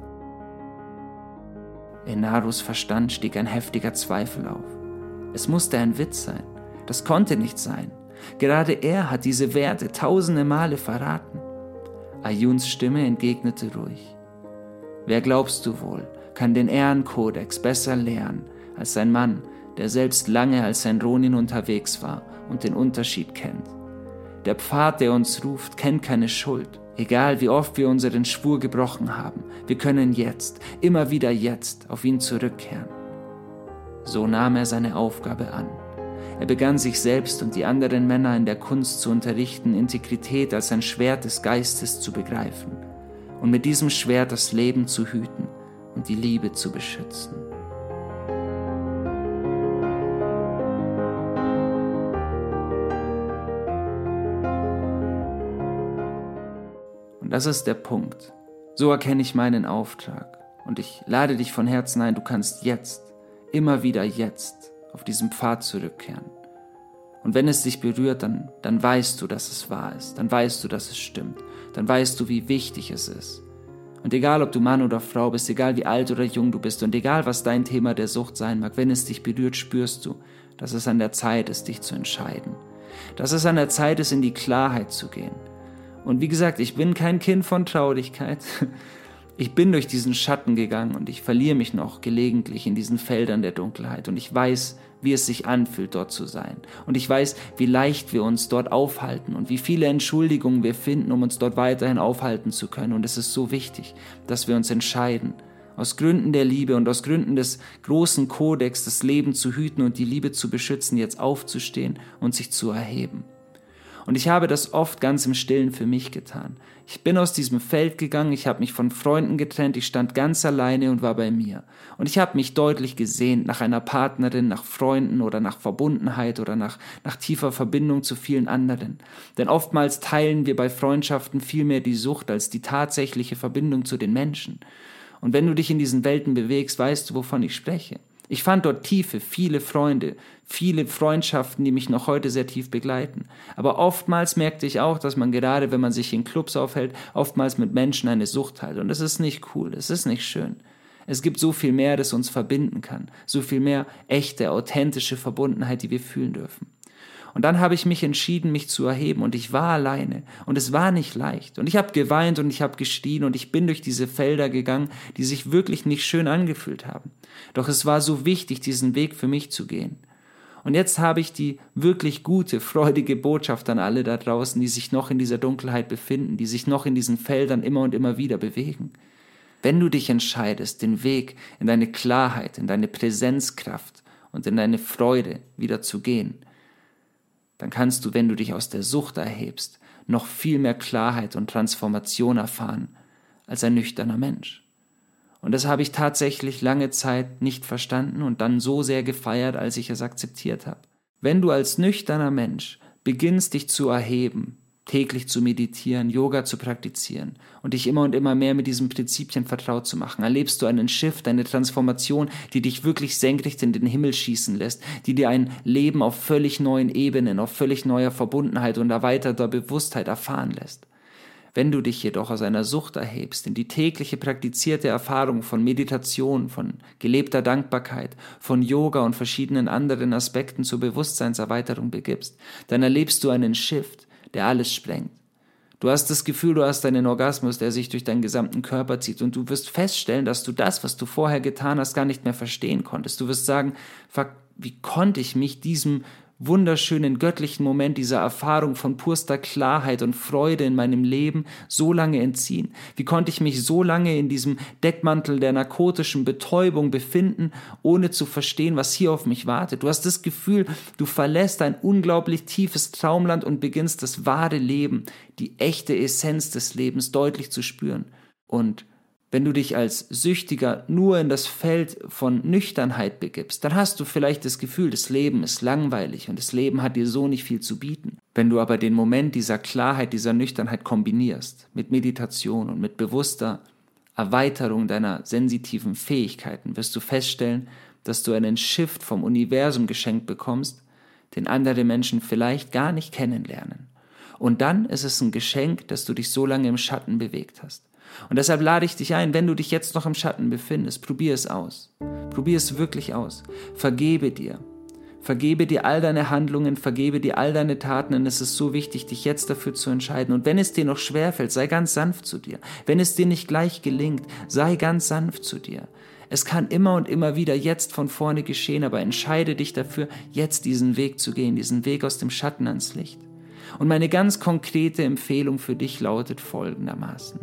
In Narus Verstand stieg ein heftiger Zweifel auf. Es musste ein Witz sein. Das konnte nicht sein. Gerade er hat diese Werte tausende Male verraten. Ayuns Stimme entgegnete ruhig. Wer glaubst du wohl, kann den Ehrenkodex besser lernen als ein Mann, der selbst lange als ein Ronin unterwegs war und den Unterschied kennt? Der Pfad, der uns ruft, kennt keine Schuld. Egal wie oft wir unseren Schwur gebrochen haben, wir können jetzt, immer wieder jetzt, auf ihn zurückkehren. So nahm er seine Aufgabe an. Er begann sich selbst und die anderen Männer in der Kunst zu unterrichten, Integrität als ein Schwert des Geistes zu begreifen und mit diesem Schwert das Leben zu hüten und die Liebe zu beschützen. Und das ist der Punkt. So erkenne ich meinen Auftrag. Und ich lade dich von Herzen ein, du kannst jetzt, immer wieder jetzt, auf diesen Pfad zurückkehren. Und wenn es dich berührt, dann, dann weißt du, dass es wahr ist. Dann weißt du, dass es stimmt. Dann weißt du, wie wichtig es ist. Und egal, ob du Mann oder Frau bist, egal wie alt oder jung du bist und egal, was dein Thema der Sucht sein mag, wenn es dich berührt, spürst du, dass es an der Zeit ist, dich zu entscheiden. Dass es an der Zeit ist, in die Klarheit zu gehen. Und wie gesagt, ich bin kein Kind von Traurigkeit. Ich bin durch diesen Schatten gegangen und ich verliere mich noch gelegentlich in diesen Feldern der Dunkelheit. Und ich weiß, wie es sich anfühlt, dort zu sein. Und ich weiß, wie leicht wir uns dort aufhalten und wie viele Entschuldigungen wir finden, um uns dort weiterhin aufhalten zu können. Und es ist so wichtig, dass wir uns entscheiden, aus Gründen der Liebe und aus Gründen des großen Kodex, das Leben zu hüten und die Liebe zu beschützen, jetzt aufzustehen und sich zu erheben. Und ich habe das oft ganz im Stillen für mich getan. Ich bin aus diesem Feld gegangen, ich habe mich von Freunden getrennt, ich stand ganz alleine und war bei mir. Und ich habe mich deutlich gesehnt nach einer Partnerin, nach Freunden oder nach Verbundenheit oder nach, nach tiefer Verbindung zu vielen anderen. Denn oftmals teilen wir bei Freundschaften viel mehr die Sucht als die tatsächliche Verbindung zu den Menschen. Und wenn du dich in diesen Welten bewegst, weißt du, wovon ich spreche. Ich fand dort Tiefe, viele Freunde, viele Freundschaften, die mich noch heute sehr tief begleiten. Aber oftmals merkte ich auch, dass man gerade, wenn man sich in Clubs aufhält, oftmals mit Menschen eine Sucht hat. Und das ist nicht cool, das ist nicht schön. Es gibt so viel mehr, das uns verbinden kann. So viel mehr echte, authentische Verbundenheit, die wir fühlen dürfen. Und dann habe ich mich entschieden, mich zu erheben und ich war alleine und es war nicht leicht. Und ich habe geweint und ich habe geschrien und ich bin durch diese Felder gegangen, die sich wirklich nicht schön angefühlt haben. Doch es war so wichtig, diesen Weg für mich zu gehen. Und jetzt habe ich die wirklich gute, freudige Botschaft an alle da draußen, die sich noch in dieser Dunkelheit befinden, die sich noch in diesen Feldern immer und immer wieder bewegen. Wenn du dich entscheidest, den Weg in deine Klarheit, in deine Präsenzkraft und in deine Freude wieder zu gehen, dann kannst du, wenn du dich aus der Sucht erhebst, noch viel mehr Klarheit und Transformation erfahren als ein nüchterner Mensch. Und das habe ich tatsächlich lange Zeit nicht verstanden und dann so sehr gefeiert, als ich es akzeptiert habe. Wenn du als nüchterner Mensch beginnst, dich zu erheben, täglich zu meditieren, Yoga zu praktizieren und dich immer und immer mehr mit diesen Prinzipien vertraut zu machen, erlebst du einen Shift, eine Transformation, die dich wirklich senkrecht in den Himmel schießen lässt, die dir ein Leben auf völlig neuen Ebenen, auf völlig neuer Verbundenheit und erweiterter Bewusstheit erfahren lässt. Wenn du dich jedoch aus einer Sucht erhebst, in die tägliche praktizierte Erfahrung von Meditation, von gelebter Dankbarkeit, von Yoga und verschiedenen anderen Aspekten zur Bewusstseinserweiterung begibst, dann erlebst du einen Shift, der alles sprengt. Du hast das Gefühl, du hast einen Orgasmus, der sich durch deinen gesamten Körper zieht und du wirst feststellen, dass du das, was du vorher getan hast, gar nicht mehr verstehen konntest. Du wirst sagen, fuck, wie konnte ich mich diesem wunderschönen göttlichen Moment, dieser Erfahrung von purster Klarheit und Freude in meinem Leben so lange entziehen? Wie konnte ich mich so lange in diesem Deckmantel der narkotischen Betäubung befinden, ohne zu verstehen, was hier auf mich wartet? Du hast das Gefühl, du verlässt ein unglaublich tiefes Traumland und beginnst das wahre Leben, die echte Essenz des Lebens deutlich zu spüren. Und wenn du dich als Süchtiger nur in das Feld von Nüchternheit begibst, dann hast du vielleicht das Gefühl, das Leben ist langweilig und das Leben hat dir so nicht viel zu bieten. Wenn du aber den Moment dieser Klarheit, dieser Nüchternheit kombinierst mit Meditation und mit bewusster Erweiterung deiner sensitiven Fähigkeiten, wirst du feststellen, dass du einen Shift vom Universum geschenkt bekommst, den andere Menschen vielleicht gar nicht kennenlernen. Und dann ist es ein Geschenk, dass du dich so lange im Schatten bewegt hast. Und deshalb lade ich dich ein, wenn du dich jetzt noch im Schatten befindest, probier es aus. Probier es wirklich aus. Vergebe dir. Vergebe dir all deine Handlungen, vergebe dir all deine Taten, und es ist so wichtig, dich jetzt dafür zu entscheiden. Und wenn es dir noch schwerfällt, sei ganz sanft zu dir. Wenn es dir nicht gleich gelingt, sei ganz sanft zu dir. Es kann immer und immer wieder jetzt von vorne geschehen, aber entscheide dich dafür, jetzt diesen Weg zu gehen, diesen Weg aus dem Schatten ans Licht. Und meine ganz konkrete Empfehlung für dich lautet folgendermaßen.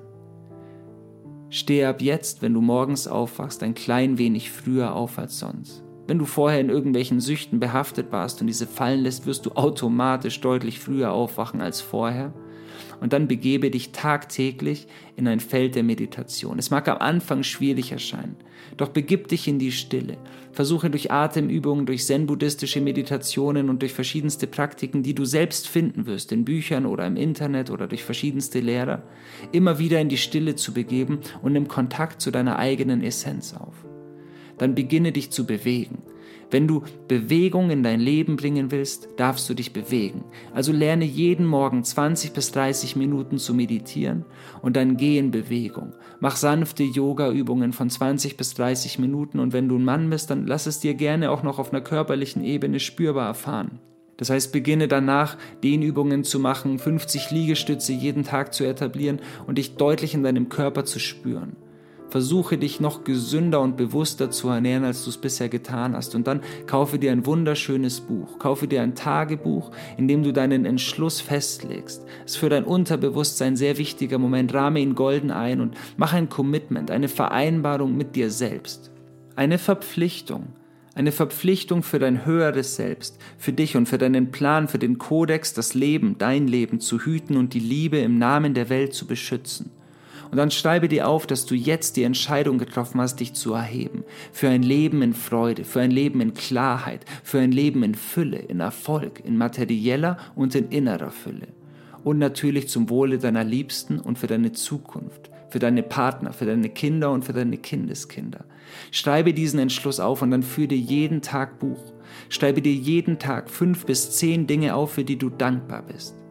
Stehe ab jetzt, wenn du morgens aufwachst, ein klein wenig früher auf als sonst. Wenn du vorher in irgendwelchen Süchten behaftet warst und diese fallen lässt, wirst du automatisch deutlich früher aufwachen als vorher. Und dann begebe dich tagtäglich in ein Feld der Meditation. Es mag am Anfang schwierig erscheinen, doch begib dich in die Stille. Versuche durch Atemübungen, durch zen-buddhistische Meditationen und durch verschiedenste Praktiken, die du selbst finden wirst, in Büchern oder im Internet oder durch verschiedenste Lehrer, immer wieder in die Stille zu begeben und nimm Kontakt zu deiner eigenen Essenz auf. Dann beginne dich zu bewegen. Wenn du Bewegung in dein Leben bringen willst, darfst du dich bewegen. Also lerne jeden Morgen zwanzig bis dreißig Minuten zu meditieren und dann geh in Bewegung. Mach sanfte Yoga-Übungen von zwanzig bis dreißig Minuten und wenn du ein Mann bist, dann lass es dir gerne auch noch auf einer körperlichen Ebene spürbar erfahren. Das heißt, beginne danach, Dehnübungen zu machen, fünfzig Liegestütze jeden Tag zu etablieren und dich deutlich in deinem Körper zu spüren. Versuche dich noch gesünder und bewusster zu ernähren, als du es bisher getan hast. Und dann kaufe dir ein wunderschönes Buch. Kaufe dir ein Tagebuch, in dem du deinen Entschluss festlegst. Es ist für dein Unterbewusstsein ein sehr wichtiger Moment. Rahme ihn golden ein und mach ein Commitment, eine Vereinbarung mit dir selbst. Eine Verpflichtung. Eine Verpflichtung für dein höheres Selbst, für dich und für deinen Plan, für den Kodex, das Leben, dein Leben zu hüten und die Liebe im Namen der Welt zu beschützen. Und dann schreibe dir auf, dass du jetzt die Entscheidung getroffen hast, dich zu erheben. Für ein Leben in Freude, für ein Leben in Klarheit, für ein Leben in Fülle, in Erfolg, in materieller und in innerer Fülle. Und natürlich zum Wohle deiner Liebsten und für deine Zukunft, für deine Partner, für deine Kinder und für deine Kindeskinder. Schreibe diesen Entschluss auf und dann führe dir jeden Tag Buch. Schreibe dir jeden Tag fünf bis zehn Dinge auf, für die du dankbar bist.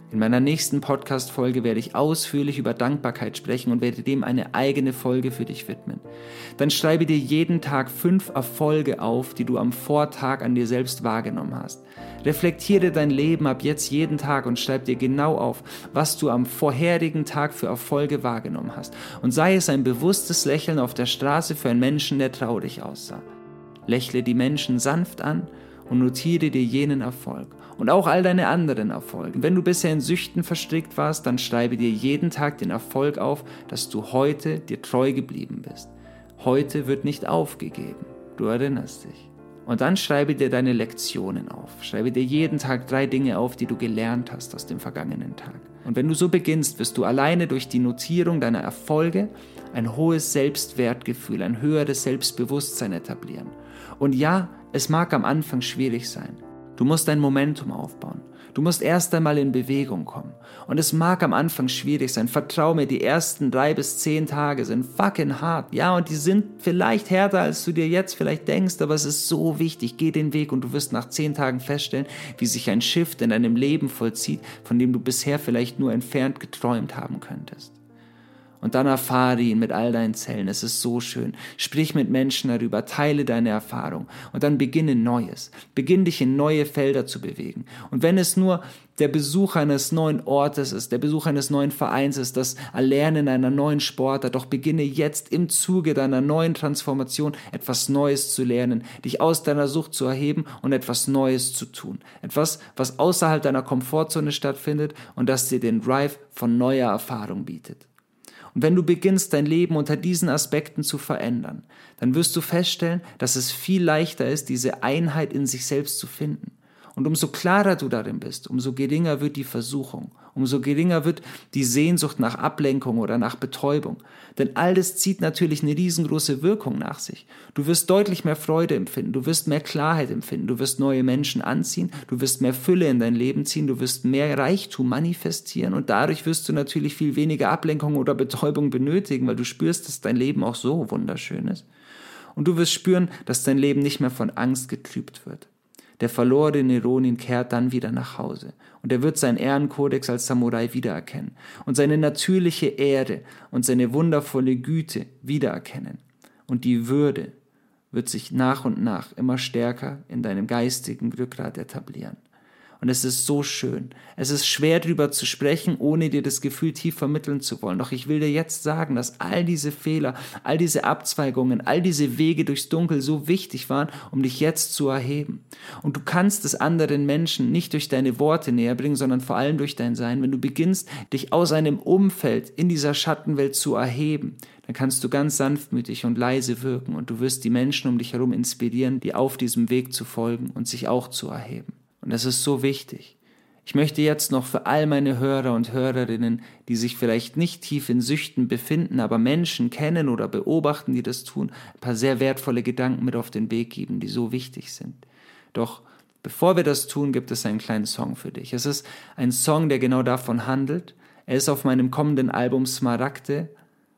In meiner nächsten Podcast-Folge werde ich ausführlich über Dankbarkeit sprechen und werde dem eine eigene Folge für dich widmen. Dann schreibe dir jeden Tag fünf Erfolge auf, die du am Vortag an dir selbst wahrgenommen hast. Reflektiere dein Leben ab jetzt jeden Tag und schreib dir genau auf, was du am vorherigen Tag für Erfolge wahrgenommen hast. Und sei es ein bewusstes Lächeln auf der Straße für einen Menschen, der traurig aussah. Lächle die Menschen sanft an und notiere dir jenen Erfolg. Und auch all deine anderen Erfolge. Wenn du bisher in Süchten verstrickt warst, dann schreibe dir jeden Tag den Erfolg auf, dass du heute dir treu geblieben bist. Heute wird nicht aufgegeben. Du erinnerst dich. Und dann schreibe dir deine Lektionen auf. Schreibe dir jeden Tag drei Dinge auf, die du gelernt hast aus dem vergangenen Tag. Und wenn du so beginnst, wirst du alleine durch die Notierung deiner Erfolge ein hohes Selbstwertgefühl, ein höheres Selbstbewusstsein etablieren. Und ja, es mag am Anfang schwierig sein. Du musst dein Momentum aufbauen. Du musst erst einmal in Bewegung kommen. Und es mag am Anfang schwierig sein. Vertrau mir, die ersten drei bis zehn Tage sind fucking hart. Ja, und die sind vielleicht härter, als du dir jetzt vielleicht denkst, aber es ist so wichtig. Geh den Weg und du wirst nach zehn Tagen feststellen, wie sich ein Shift in deinem Leben vollzieht, von dem du bisher vielleicht nur entfernt geträumt haben könntest. Und dann erfahre ihn mit all deinen Zellen. Es ist so schön. Sprich mit Menschen darüber, teile deine Erfahrung und dann beginne Neues. Beginn dich in neue Felder zu bewegen. Und wenn es nur der Besuch eines neuen Ortes ist, der Besuch eines neuen Vereins ist, das Erlernen einer neuen Sportart, doch beginne jetzt im Zuge deiner neuen Transformation etwas Neues zu lernen, dich aus deiner Sucht zu erheben und etwas Neues zu tun. Etwas, was außerhalb deiner Komfortzone stattfindet und das dir den Drive von neuer Erfahrung bietet. Und wenn du beginnst, dein Leben unter diesen Aspekten zu verändern, dann wirst du feststellen, dass es viel leichter ist, diese Einheit in sich selbst zu finden. Und umso klarer du darin bist, umso geringer wird die Versuchung, umso geringer wird die Sehnsucht nach Ablenkung oder nach Betäubung. Denn all das zieht natürlich eine riesengroße Wirkung nach sich. Du wirst deutlich mehr Freude empfinden, du wirst mehr Klarheit empfinden, du wirst neue Menschen anziehen, du wirst mehr Fülle in dein Leben ziehen, du wirst mehr Reichtum manifestieren und dadurch wirst du natürlich viel weniger Ablenkung oder Betäubung benötigen, weil du spürst, dass dein Leben auch so wunderschön ist. Und du wirst spüren, dass dein Leben nicht mehr von Angst getrübt wird. Der verlorene Ronin kehrt dann wieder nach Hause und er wird seinen Ehrenkodex als Samurai wiedererkennen und seine natürliche Ehre und seine wundervolle Güte wiedererkennen. Und die Würde wird sich nach und nach immer stärker in deinem geistigen Rückgrat etablieren. Und es ist so schön. Es ist schwer, darüber zu sprechen, ohne dir das Gefühl tief vermitteln zu wollen. Doch ich will dir jetzt sagen, dass all diese Fehler, all diese Abzweigungen, all diese Wege durchs Dunkel so wichtig waren, um dich jetzt zu erheben. Und du kannst es anderen Menschen nicht durch deine Worte näher bringen, sondern vor allem durch dein Sein. Wenn du beginnst, dich aus einem Umfeld in dieser Schattenwelt zu erheben, dann kannst du ganz sanftmütig und leise wirken und du wirst die Menschen um dich herum inspirieren, dir auf diesem Weg zu folgen und sich auch zu erheben. Und das ist so wichtig. Ich möchte jetzt noch für all meine Hörer und Hörerinnen, die sich vielleicht nicht tief in Süchten befinden, aber Menschen kennen oder beobachten, die das tun, ein paar sehr wertvolle Gedanken mit auf den Weg geben, die so wichtig sind. Doch bevor wir das tun, gibt es einen kleinen Song für dich. Es ist ein Song, der genau davon handelt. Er ist auf meinem kommenden Album Smaragde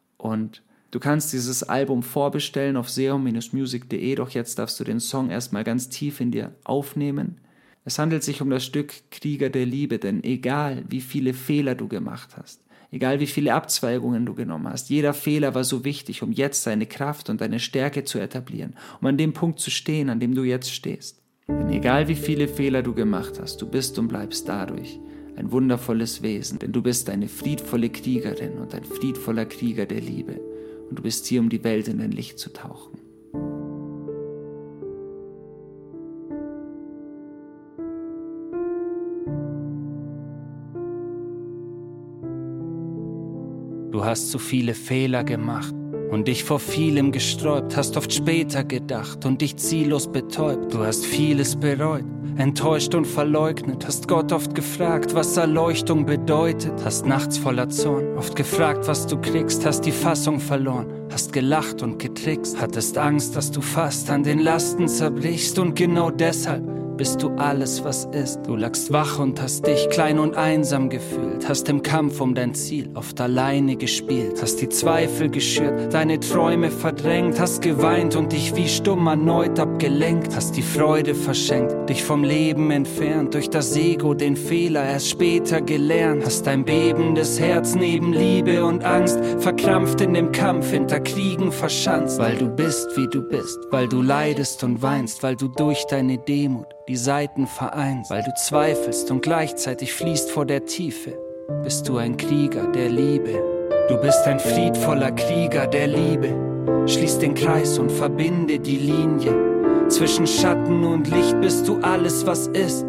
und du kannst dieses Album vorbestellen auf seom Bindestrich music punkt de, doch jetzt darfst du den Song erstmal ganz tief in dir aufnehmen. Es handelt sich um das Stück Krieger der Liebe, denn egal wie viele Fehler du gemacht hast, egal wie viele Abzweigungen du genommen hast, jeder Fehler war so wichtig, um jetzt deine Kraft und deine Stärke zu etablieren, um an dem Punkt zu stehen, an dem du jetzt stehst. Denn egal wie viele Fehler du gemacht hast, du bist und bleibst dadurch ein wundervolles Wesen, denn du bist eine friedvolle Kriegerin und ein friedvoller Krieger der Liebe und du bist hier, um die Welt in dein Licht zu tauchen. Du hast so viele Fehler gemacht und dich vor vielem gesträubt, hast oft später gedacht und dich ziellos betäubt. Du hast vieles bereut, enttäuscht und verleugnet, hast Gott oft gefragt, was Erleuchtung bedeutet, hast nachts voller Zorn oft gefragt, was du kriegst, hast die Fassung verloren, hast gelacht und getrickst, hattest Angst, dass du fast an den Lasten zerbrichst und genau deshalb bist du alles, was ist. Du lagst wach und hast dich klein und einsam gefühlt, hast im Kampf um dein Ziel oft alleine gespielt, hast die Zweifel geschürt, deine Träume verdrängt, hast geweint und dich wie stumm erneut ab abgelenkt, hast die Freude verschenkt, dich vom Leben entfernt, durch das Ego den Fehler erst später gelernt, hast dein bebendes Herz neben Liebe und Angst verkrampft in dem Kampf hinter Kriegen verschanzt, weil du bist, wie du bist, weil du leidest und weinst, weil du durch deine Demut die Seiten vereinst, weil du zweifelst und gleichzeitig fließt vor der Tiefe, bist du ein Krieger der Liebe. Du bist ein friedvoller Krieger der Liebe, schließ den Kreis und verbinde die Linie. Zwischen Schatten und Licht bist du alles, was ist.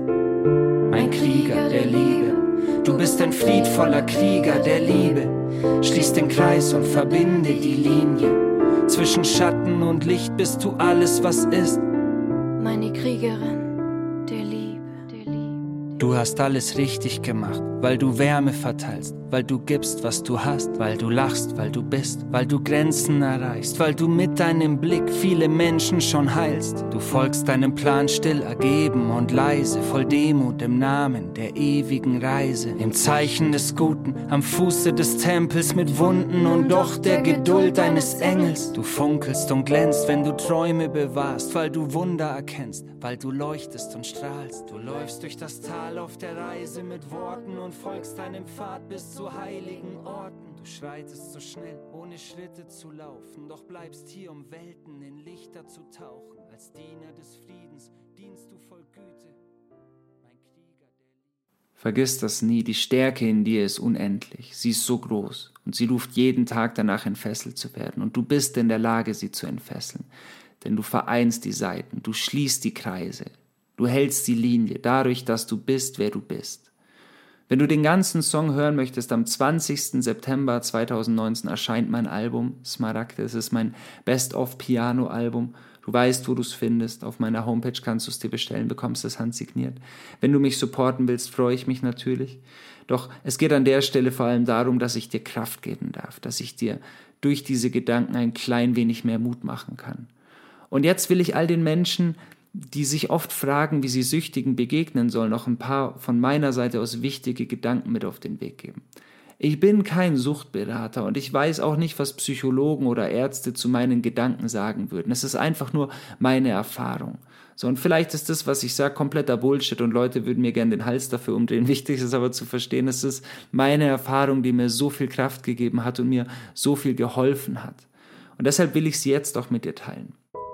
Ein Krieger der Liebe. Du bist ein friedvoller Krieger der Liebe, schließ den Kreis und verbinde die Linie. Zwischen Schatten und Licht bist du alles, was ist. Meine Kriegerin der Liebe, der Liebe. Du hast alles richtig gemacht, weil du Wärme verteilst, weil du gibst, was du hast, weil du lachst, weil du bist, weil du Grenzen erreichst, weil du mit deinem Blick viele Menschen schon heilst. Du folgst deinem Plan still, ergeben und leise, voll Demut im Namen der ewigen Reise. Im Zeichen des Guten, am Fuße des Tempels mit Wunden und doch der Geduld eines Engels. Du funkelst und glänzt, wenn du Träume bewahrst, weil du Wunder erkennst, weil du leuchtest und strahlst. Du läufst durch das Tal auf der Reise mit Worten und folgst deinem Pfad bis zu heiligen Orten. Du schreitest so schnell, ohne Schritte zu laufen, doch bleibst hier, um Welten in Lichter zu tauchen. Als Diener des Friedens dienst du voll Güte, mein Krieger der Liebe. Vergiss das nie, die Stärke in dir ist unendlich, sie ist so groß und sie ruft jeden Tag danach, entfesselt zu werden. Und du bist in der Lage, sie zu entfesseln, denn du vereinst die Seiten, du schließt die Kreise, du hältst die Linie, dadurch, dass du bist, wer du bist. Wenn du den ganzen Song hören möchtest, am zwanzigsten September zweitausendneunzehn erscheint mein Album Smaragde. Es ist mein Best-of-Piano-Album. Du weißt, wo du es findest. Auf meiner Homepage kannst du es dir bestellen, bekommst es handsigniert. Wenn du mich supporten willst, freue ich mich natürlich. Doch es geht an der Stelle vor allem darum, dass ich dir Kraft geben darf, dass ich dir durch diese Gedanken ein klein wenig mehr Mut machen kann. Und jetzt will ich all den Menschen, die sich oft fragen, wie sie Süchtigen begegnen sollen, noch ein paar von meiner Seite aus wichtige Gedanken mit auf den Weg geben. Ich bin kein Suchtberater und ich weiß auch nicht, was Psychologen oder Ärzte zu meinen Gedanken sagen würden. Es ist einfach nur meine Erfahrung. So, und vielleicht ist das, was ich sage, kompletter Bullshit und Leute würden mir gerne den Hals dafür umdrehen. Wichtig ist aber zu verstehen, es ist meine Erfahrung, die mir so viel Kraft gegeben hat und mir so viel geholfen hat. Und deshalb will ich sie jetzt auch mit dir teilen.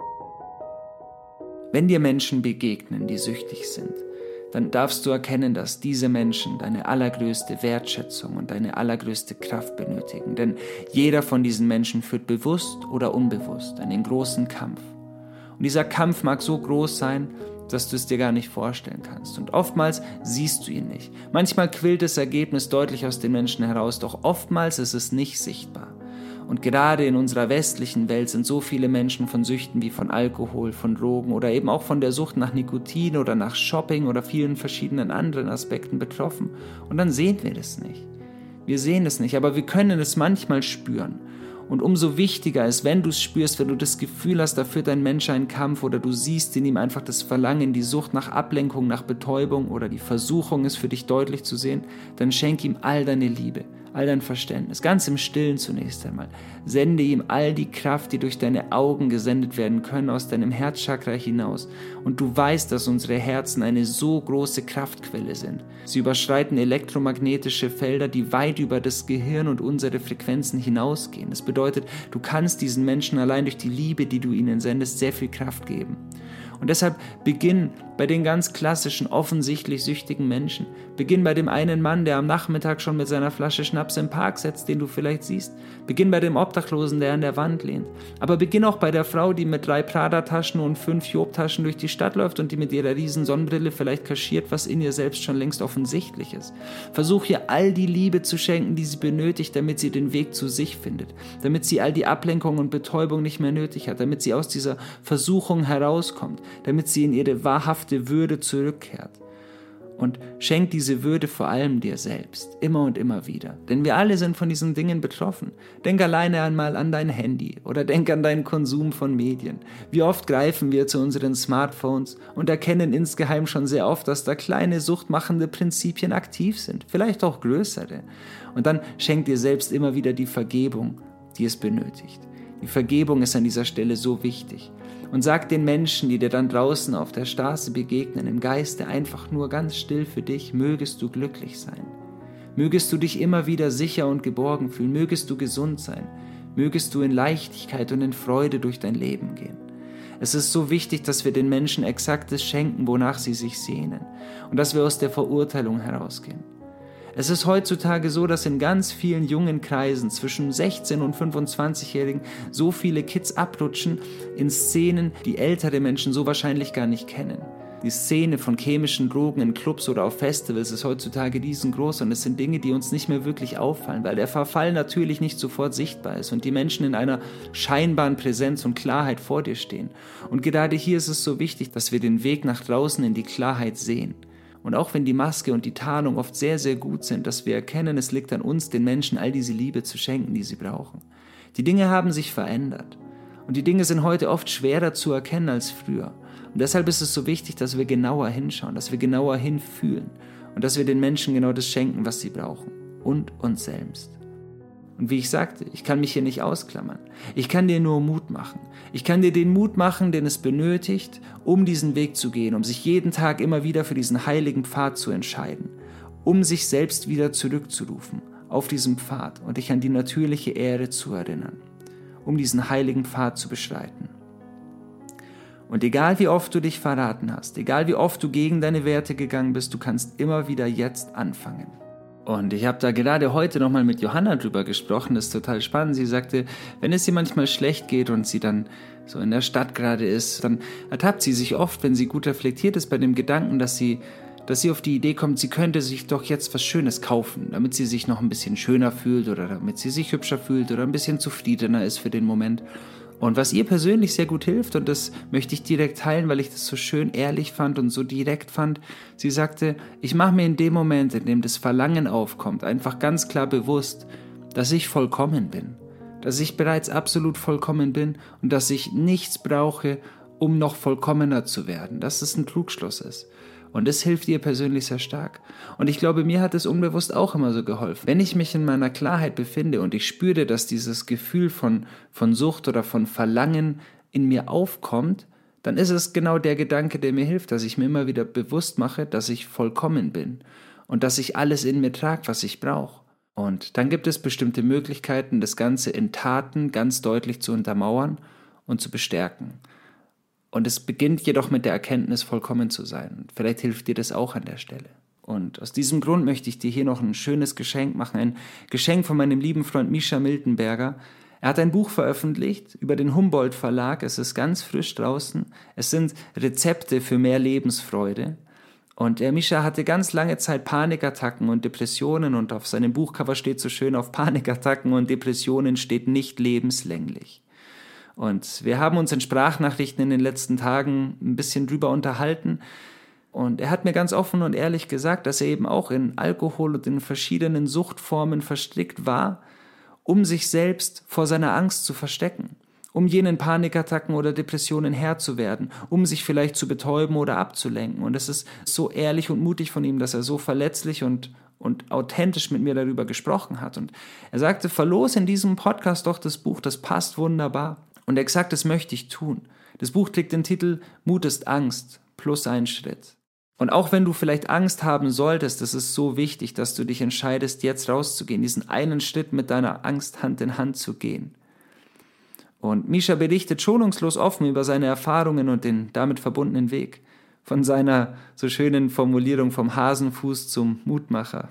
Wenn dir Menschen begegnen, die süchtig sind, dann darfst du erkennen, dass diese Menschen deine allergrößte Wertschätzung und deine allergrößte Kraft benötigen. Denn jeder von diesen Menschen führt bewusst oder unbewusst einen großen Kampf. Und dieser Kampf mag so groß sein, dass du es dir gar nicht vorstellen kannst. Und oftmals siehst du ihn nicht. Manchmal quillt das Ergebnis deutlich aus den Menschen heraus, doch oftmals ist es nicht sichtbar. Und gerade in unserer westlichen Welt sind so viele Menschen von Süchten wie von Alkohol, von Drogen oder eben auch von der Sucht nach Nikotin oder nach Shopping oder vielen verschiedenen anderen Aspekten betroffen. Und dann sehen wir das nicht. Wir sehen es nicht, aber wir können es manchmal spüren. Und umso wichtiger ist, wenn du es spürst, wenn du das Gefühl hast, da führt ein Mensch einen Kampf oder du siehst in ihm einfach das Verlangen, die Sucht nach Ablenkung, nach Betäubung oder die Versuchung ist für dich deutlich zu sehen, dann schenk ihm all deine Liebe, all dein Verständnis, ganz im Stillen zunächst einmal. Sende ihm all die Kraft, die durch deine Augen gesendet werden können, aus deinem Herzchakra hinaus. Und du weißt, dass unsere Herzen eine so große Kraftquelle sind. Sie überschreiten elektromagnetische Felder, die weit über das Gehirn und unsere Frequenzen hinausgehen. Das bedeutet, du kannst diesen Menschen allein durch die Liebe, die du ihnen sendest, sehr viel Kraft geben. Und deshalb beginn bei den ganz klassischen, offensichtlich süchtigen Menschen. Beginn bei dem einen Mann, der am Nachmittag schon mit seiner Flasche Schnaps im Park sitzt, den du vielleicht siehst. Beginn bei dem Obdachlosen, der an der Wand lehnt. Aber beginn auch bei der Frau, die mit drei Prada-Taschen und fünf Job-Taschen durch die Stadt läuft und die mit ihrer riesen Sonnenbrille vielleicht kaschiert, was in ihr selbst schon längst offensichtlich ist. Versuch ihr all die Liebe zu schenken, die sie benötigt, damit sie den Weg zu sich findet. Damit sie all die Ablenkung und Betäubung nicht mehr nötig hat. Damit sie aus dieser Versuchung herauskommt. Damit sie in ihre wahrhafte Würde zurückkehrt. Und schenk diese Würde vor allem dir selbst, immer und immer wieder. Denn wir alle sind von diesen Dingen betroffen. Denk alleine einmal an dein Handy oder denk an deinen Konsum von Medien. Wie oft greifen wir zu unseren Smartphones und erkennen insgeheim schon sehr oft, dass da kleine suchtmachende Prinzipien aktiv sind, vielleicht auch größere. Und dann schenk dir selbst immer wieder die Vergebung, die es benötigt. Die Vergebung ist an dieser Stelle so wichtig. Und sag den Menschen, die dir dann draußen auf der Straße begegnen, im Geiste einfach nur ganz still für dich, mögest du glücklich sein. Mögest du dich immer wieder sicher und geborgen fühlen, mögest du gesund sein, mögest du in Leichtigkeit und in Freude durch dein Leben gehen. Es ist so wichtig, dass wir den Menschen exakt das schenken, wonach sie sich sehnen und dass wir aus der Verurteilung herausgehen. Es ist heutzutage so, dass in ganz vielen jungen Kreisen zwischen sechzehn- und fünfundzwanzigjährigen so viele Kids abrutschen in Szenen, die ältere Menschen so wahrscheinlich gar nicht kennen. Die Szene von chemischen Drogen in Clubs oder auf Festivals ist heutzutage riesengroß und es sind Dinge, die uns nicht mehr wirklich auffallen, weil der Verfall natürlich nicht sofort sichtbar ist und die Menschen in einer scheinbaren Präsenz und Klarheit vor dir stehen. Und gerade hier ist es so wichtig, dass wir den Weg nach draußen in die Klarheit sehen. Und auch wenn die Maske und die Tarnung oft sehr, sehr gut sind, dass wir erkennen, es liegt an uns, den Menschen all diese Liebe zu schenken, die sie brauchen. Die Dinge haben sich verändert. Und die Dinge sind heute oft schwerer zu erkennen als früher. Und deshalb ist es so wichtig, dass wir genauer hinschauen, dass wir genauer hinfühlen und dass wir den Menschen genau das schenken, was sie brauchen. Und uns selbst. Und wie ich sagte, ich kann mich hier nicht ausklammern. Ich kann dir nur Mut machen. Ich kann dir den Mut machen, den es benötigt, um diesen Weg zu gehen, um sich jeden Tag immer wieder für diesen heiligen Pfad zu entscheiden, um sich selbst wieder zurückzurufen auf diesem Pfad und dich an die natürliche Ehre zu erinnern, um diesen heiligen Pfad zu beschreiten. Und egal wie oft du dich verraten hast, egal wie oft du gegen deine Werte gegangen bist, du kannst immer wieder jetzt anfangen. Und ich habe da gerade heute nochmal mit Johanna drüber gesprochen, das ist total spannend. Sie sagte, wenn es ihr manchmal schlecht geht und sie dann so in der Stadt gerade ist, dann ertappt sie sich oft, wenn sie gut reflektiert ist, bei dem Gedanken, dass sie, dass sie auf die Idee kommt, sie könnte sich doch jetzt was Schönes kaufen, damit sie sich noch ein bisschen schöner fühlt oder damit sie sich hübscher fühlt oder ein bisschen zufriedener ist für den Moment. Und was ihr persönlich sehr gut hilft, und das möchte ich direkt teilen, weil ich das so schön ehrlich fand und so direkt fand, sie sagte, ich mache mir in dem Moment, in dem das Verlangen aufkommt, einfach ganz klar bewusst, dass ich vollkommen bin, dass ich bereits absolut vollkommen bin und dass ich nichts brauche, um noch vollkommener zu werden, dass es ein Trugschluss ist. Und das hilft ihr persönlich sehr stark. Und ich glaube, mir hat es unbewusst auch immer so geholfen. Wenn ich mich in meiner Klarheit befinde und ich spüre, dass dieses Gefühl von, von Sucht oder von Verlangen in mir aufkommt, dann ist es genau der Gedanke, der mir hilft, dass ich mir immer wieder bewusst mache, dass ich vollkommen bin und dass ich alles in mir trage, was ich brauche. Und dann gibt es bestimmte Möglichkeiten, das Ganze in Taten ganz deutlich zu untermauern und zu bestärken. Und es beginnt jedoch mit der Erkenntnis, vollkommen zu sein. Vielleicht hilft dir das auch an der Stelle. Und aus diesem Grund möchte ich dir hier noch ein schönes Geschenk machen. Ein Geschenk von meinem lieben Freund Mischa Miltenberger. Er hat ein Buch veröffentlicht über den Humboldt Verlag. Es ist ganz frisch draußen. Es sind Rezepte für mehr Lebensfreude. Und der Mischa hatte ganz lange Zeit Panikattacken und Depressionen. Und auf seinem Buchcover steht so schön, auf Panikattacken und Depressionen steht nicht lebenslänglich. Und wir haben uns in Sprachnachrichten in den letzten Tagen ein bisschen drüber unterhalten. Und er hat mir ganz offen und ehrlich gesagt, dass er eben auch in Alkohol und in verschiedenen Suchtformen verstrickt war, um sich selbst vor seiner Angst zu verstecken, um jenen Panikattacken oder Depressionen Herr zu werden, um sich vielleicht zu betäuben oder abzulenken. Und es ist so ehrlich und mutig von ihm, dass er so verletzlich und und authentisch mit mir darüber gesprochen hat. Und er sagte, verlos in diesem Podcast doch das Buch, das passt wunderbar. Und exakt das möchte ich tun. Das Buch trägt den Titel Mut ist Angst, plus ein Schritt. Und auch wenn du vielleicht Angst haben solltest, es ist so wichtig, dass du dich entscheidest, jetzt rauszugehen, diesen einen Schritt mit deiner Angst Hand in Hand zu gehen. Und Mischa berichtet schonungslos offen über seine Erfahrungen und den damit verbundenen Weg. Von seiner so schönen Formulierung vom Hasenfuß zum Mutmacher.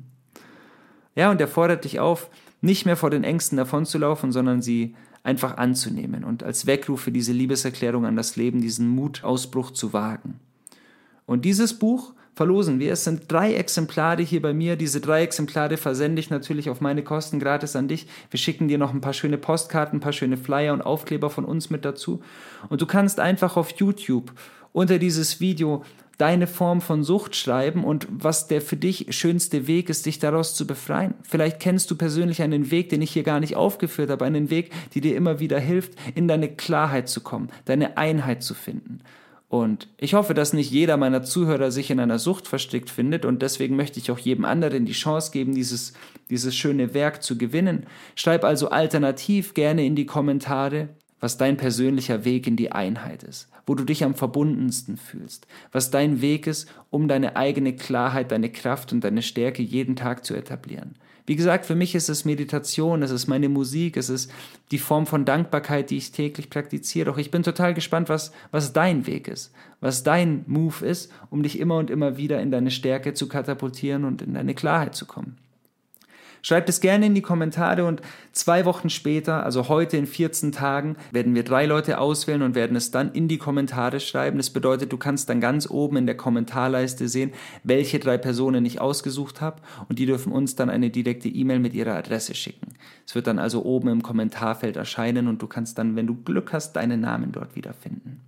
Ja, und er fordert dich auf, nicht mehr vor den Ängsten davonzulaufen, sondern sie einfach anzunehmen und als Weckruf für diese Liebeserklärung an das Leben, diesen Mutausbruch zu wagen. Und dieses Buch verlosen wir. Es sind drei Exemplare hier bei mir. Diese drei Exemplare versende ich natürlich auf meine Kosten gratis an dich. Wir schicken dir noch ein paar schöne Postkarten, ein paar schöne Flyer und Aufkleber von uns mit dazu. Und du kannst einfach auf YouTube unter dieses Video deine Form von Sucht schreiben und was der für dich schönste Weg ist, dich daraus zu befreien. Vielleicht kennst du persönlich einen Weg, den ich hier gar nicht aufgeführt habe, einen Weg, der dir immer wieder hilft, in deine Klarheit zu kommen, deine Einheit zu finden. Und ich hoffe, dass nicht jeder meiner Zuhörer sich in einer Sucht verstrickt findet und deswegen möchte ich auch jedem anderen die Chance geben, dieses, dieses schöne Werk zu gewinnen. Schreib also alternativ gerne in die Kommentare, was dein persönlicher Weg in die Einheit ist, wo du dich am verbundensten fühlst, was dein Weg ist, um deine eigene Klarheit, deine Kraft und deine Stärke jeden Tag zu etablieren. Wie gesagt, für mich ist es Meditation, es ist meine Musik, es ist die Form von Dankbarkeit, die ich täglich praktiziere. Doch ich bin total gespannt, was, was dein Weg ist, was dein Move ist, um dich immer und immer wieder in deine Stärke zu katapultieren und in deine Klarheit zu kommen. Schreibt es gerne in die Kommentare und zwei Wochen später, also heute in vierzehn Tagen, werden wir drei Leute auswählen und werden es dann in die Kommentare schreiben. Das bedeutet, du kannst dann ganz oben in der Kommentarleiste sehen, welche drei Personen ich ausgesucht habe und die dürfen uns dann eine direkte E-Mail mit ihrer Adresse schicken. Es wird dann also oben im Kommentarfeld erscheinen und du kannst dann, wenn du Glück hast, deinen Namen dort wiederfinden.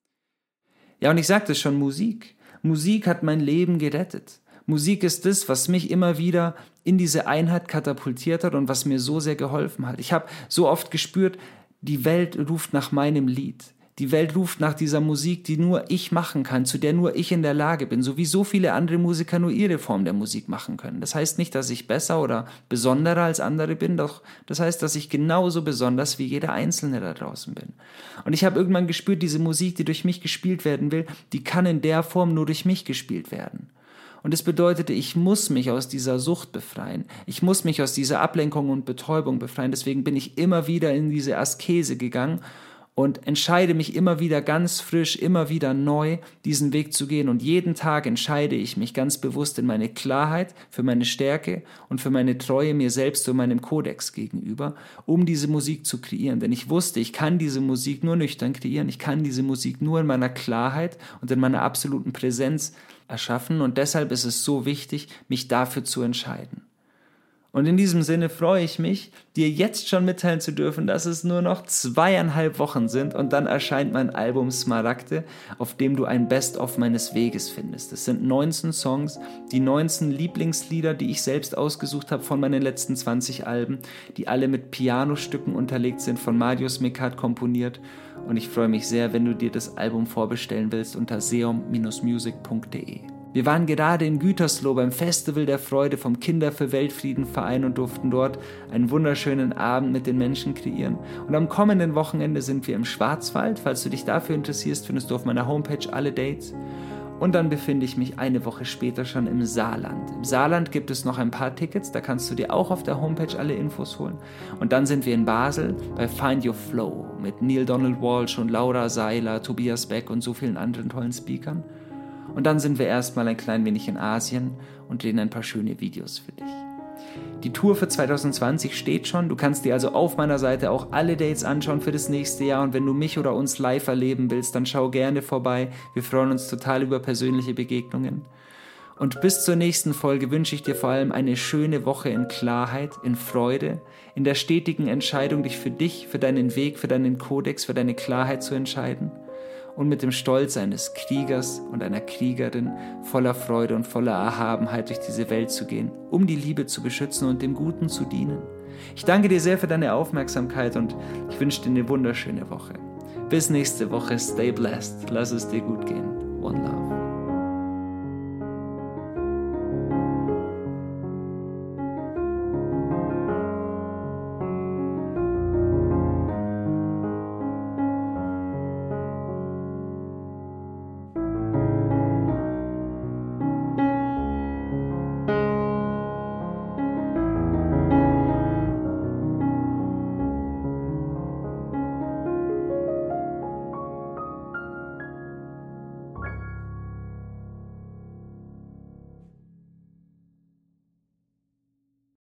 Ja, und ich sagte es schon, Musik. Musik hat mein Leben gerettet. Musik ist das, was mich immer wieder in diese Einheit katapultiert hat und was mir so sehr geholfen hat. Ich habe so oft gespürt, die Welt ruft nach meinem Lied. Die Welt ruft nach dieser Musik, die nur ich machen kann, zu der nur ich in der Lage bin, so wie so viele andere Musiker nur ihre Form der Musik machen können. Das heißt nicht, dass ich besser oder besonderer als andere bin, doch das heißt, dass ich genauso besonders wie jeder Einzelne da draußen bin. Und ich habe irgendwann gespürt, diese Musik, die durch mich gespielt werden will, die kann in der Form nur durch mich gespielt werden. Und es bedeutete, ich muss mich aus dieser Sucht befreien. Ich muss mich aus dieser Ablenkung und Betäubung befreien. Deswegen bin ich immer wieder in diese Askese gegangen und entscheide mich immer wieder ganz frisch, immer wieder neu, diesen Weg zu gehen. Und jeden Tag entscheide ich mich ganz bewusst in meine Klarheit, für meine Stärke und für meine Treue mir selbst und meinem Kodex gegenüber, um diese Musik zu kreieren. Denn ich wusste, ich kann diese Musik nur nüchtern kreieren. Ich kann diese Musik nur in meiner Klarheit und in meiner absoluten Präsenz erschaffen. Und deshalb ist es so wichtig, mich dafür zu entscheiden. Und in diesem Sinne freue ich mich, dir jetzt schon mitteilen zu dürfen, dass es nur noch zweieinhalb Wochen sind und dann erscheint mein Album Smaragde, auf dem du ein Best-of meines Weges findest. Es sind neunzehn Songs, die neunzehn Lieblingslieder, die ich selbst ausgesucht habe von meinen letzten zwanzig Alben, die alle mit Pianostücken unterlegt sind, von Marius Mekat komponiert. Und ich freue mich sehr, wenn du dir das Album vorbestellen willst unter seom Bindestrich music punkt de. Wir waren gerade in Gütersloh beim Festival der Freude vom Kinder für Weltfrieden Verein und durften dort einen wunderschönen Abend mit den Menschen kreieren. Und am kommenden Wochenende sind wir im Schwarzwald. Falls du dich dafür interessierst, findest du auf meiner Homepage alle Dates. Und dann befinde ich mich eine Woche später schon im Saarland. Im Saarland gibt es noch ein paar Tickets, da kannst du dir auch auf der Homepage alle Infos holen. Und dann sind wir in Basel bei Find Your Flow mit Neil Donald Walsh und Laura Seiler, Tobias Beck und so vielen anderen tollen Speakern. Und dann sind wir erstmal ein klein wenig in Asien und drehen ein paar schöne Videos für dich. Die Tour für zwanzig zwanzig steht schon. Du kannst dir also auf meiner Seite auch alle Dates anschauen für das nächste Jahr. Und wenn du mich oder uns live erleben willst, dann schau gerne vorbei. Wir freuen uns total über persönliche Begegnungen. Und bis zur nächsten Folge wünsche ich dir vor allem eine schöne Woche in Klarheit, in Freude, in der stetigen Entscheidung, dich für dich, für deinen Weg, für deinen Kodex, für deine Klarheit zu entscheiden. Und mit dem Stolz eines Kriegers und einer Kriegerin voller Freude und voller Erhabenheit durch diese Welt zu gehen, um die Liebe zu beschützen und dem Guten zu dienen. Ich danke dir sehr für deine Aufmerksamkeit und ich wünsche dir eine wunderschöne Woche. Bis nächste Woche, stay blessed, lass es dir gut gehen.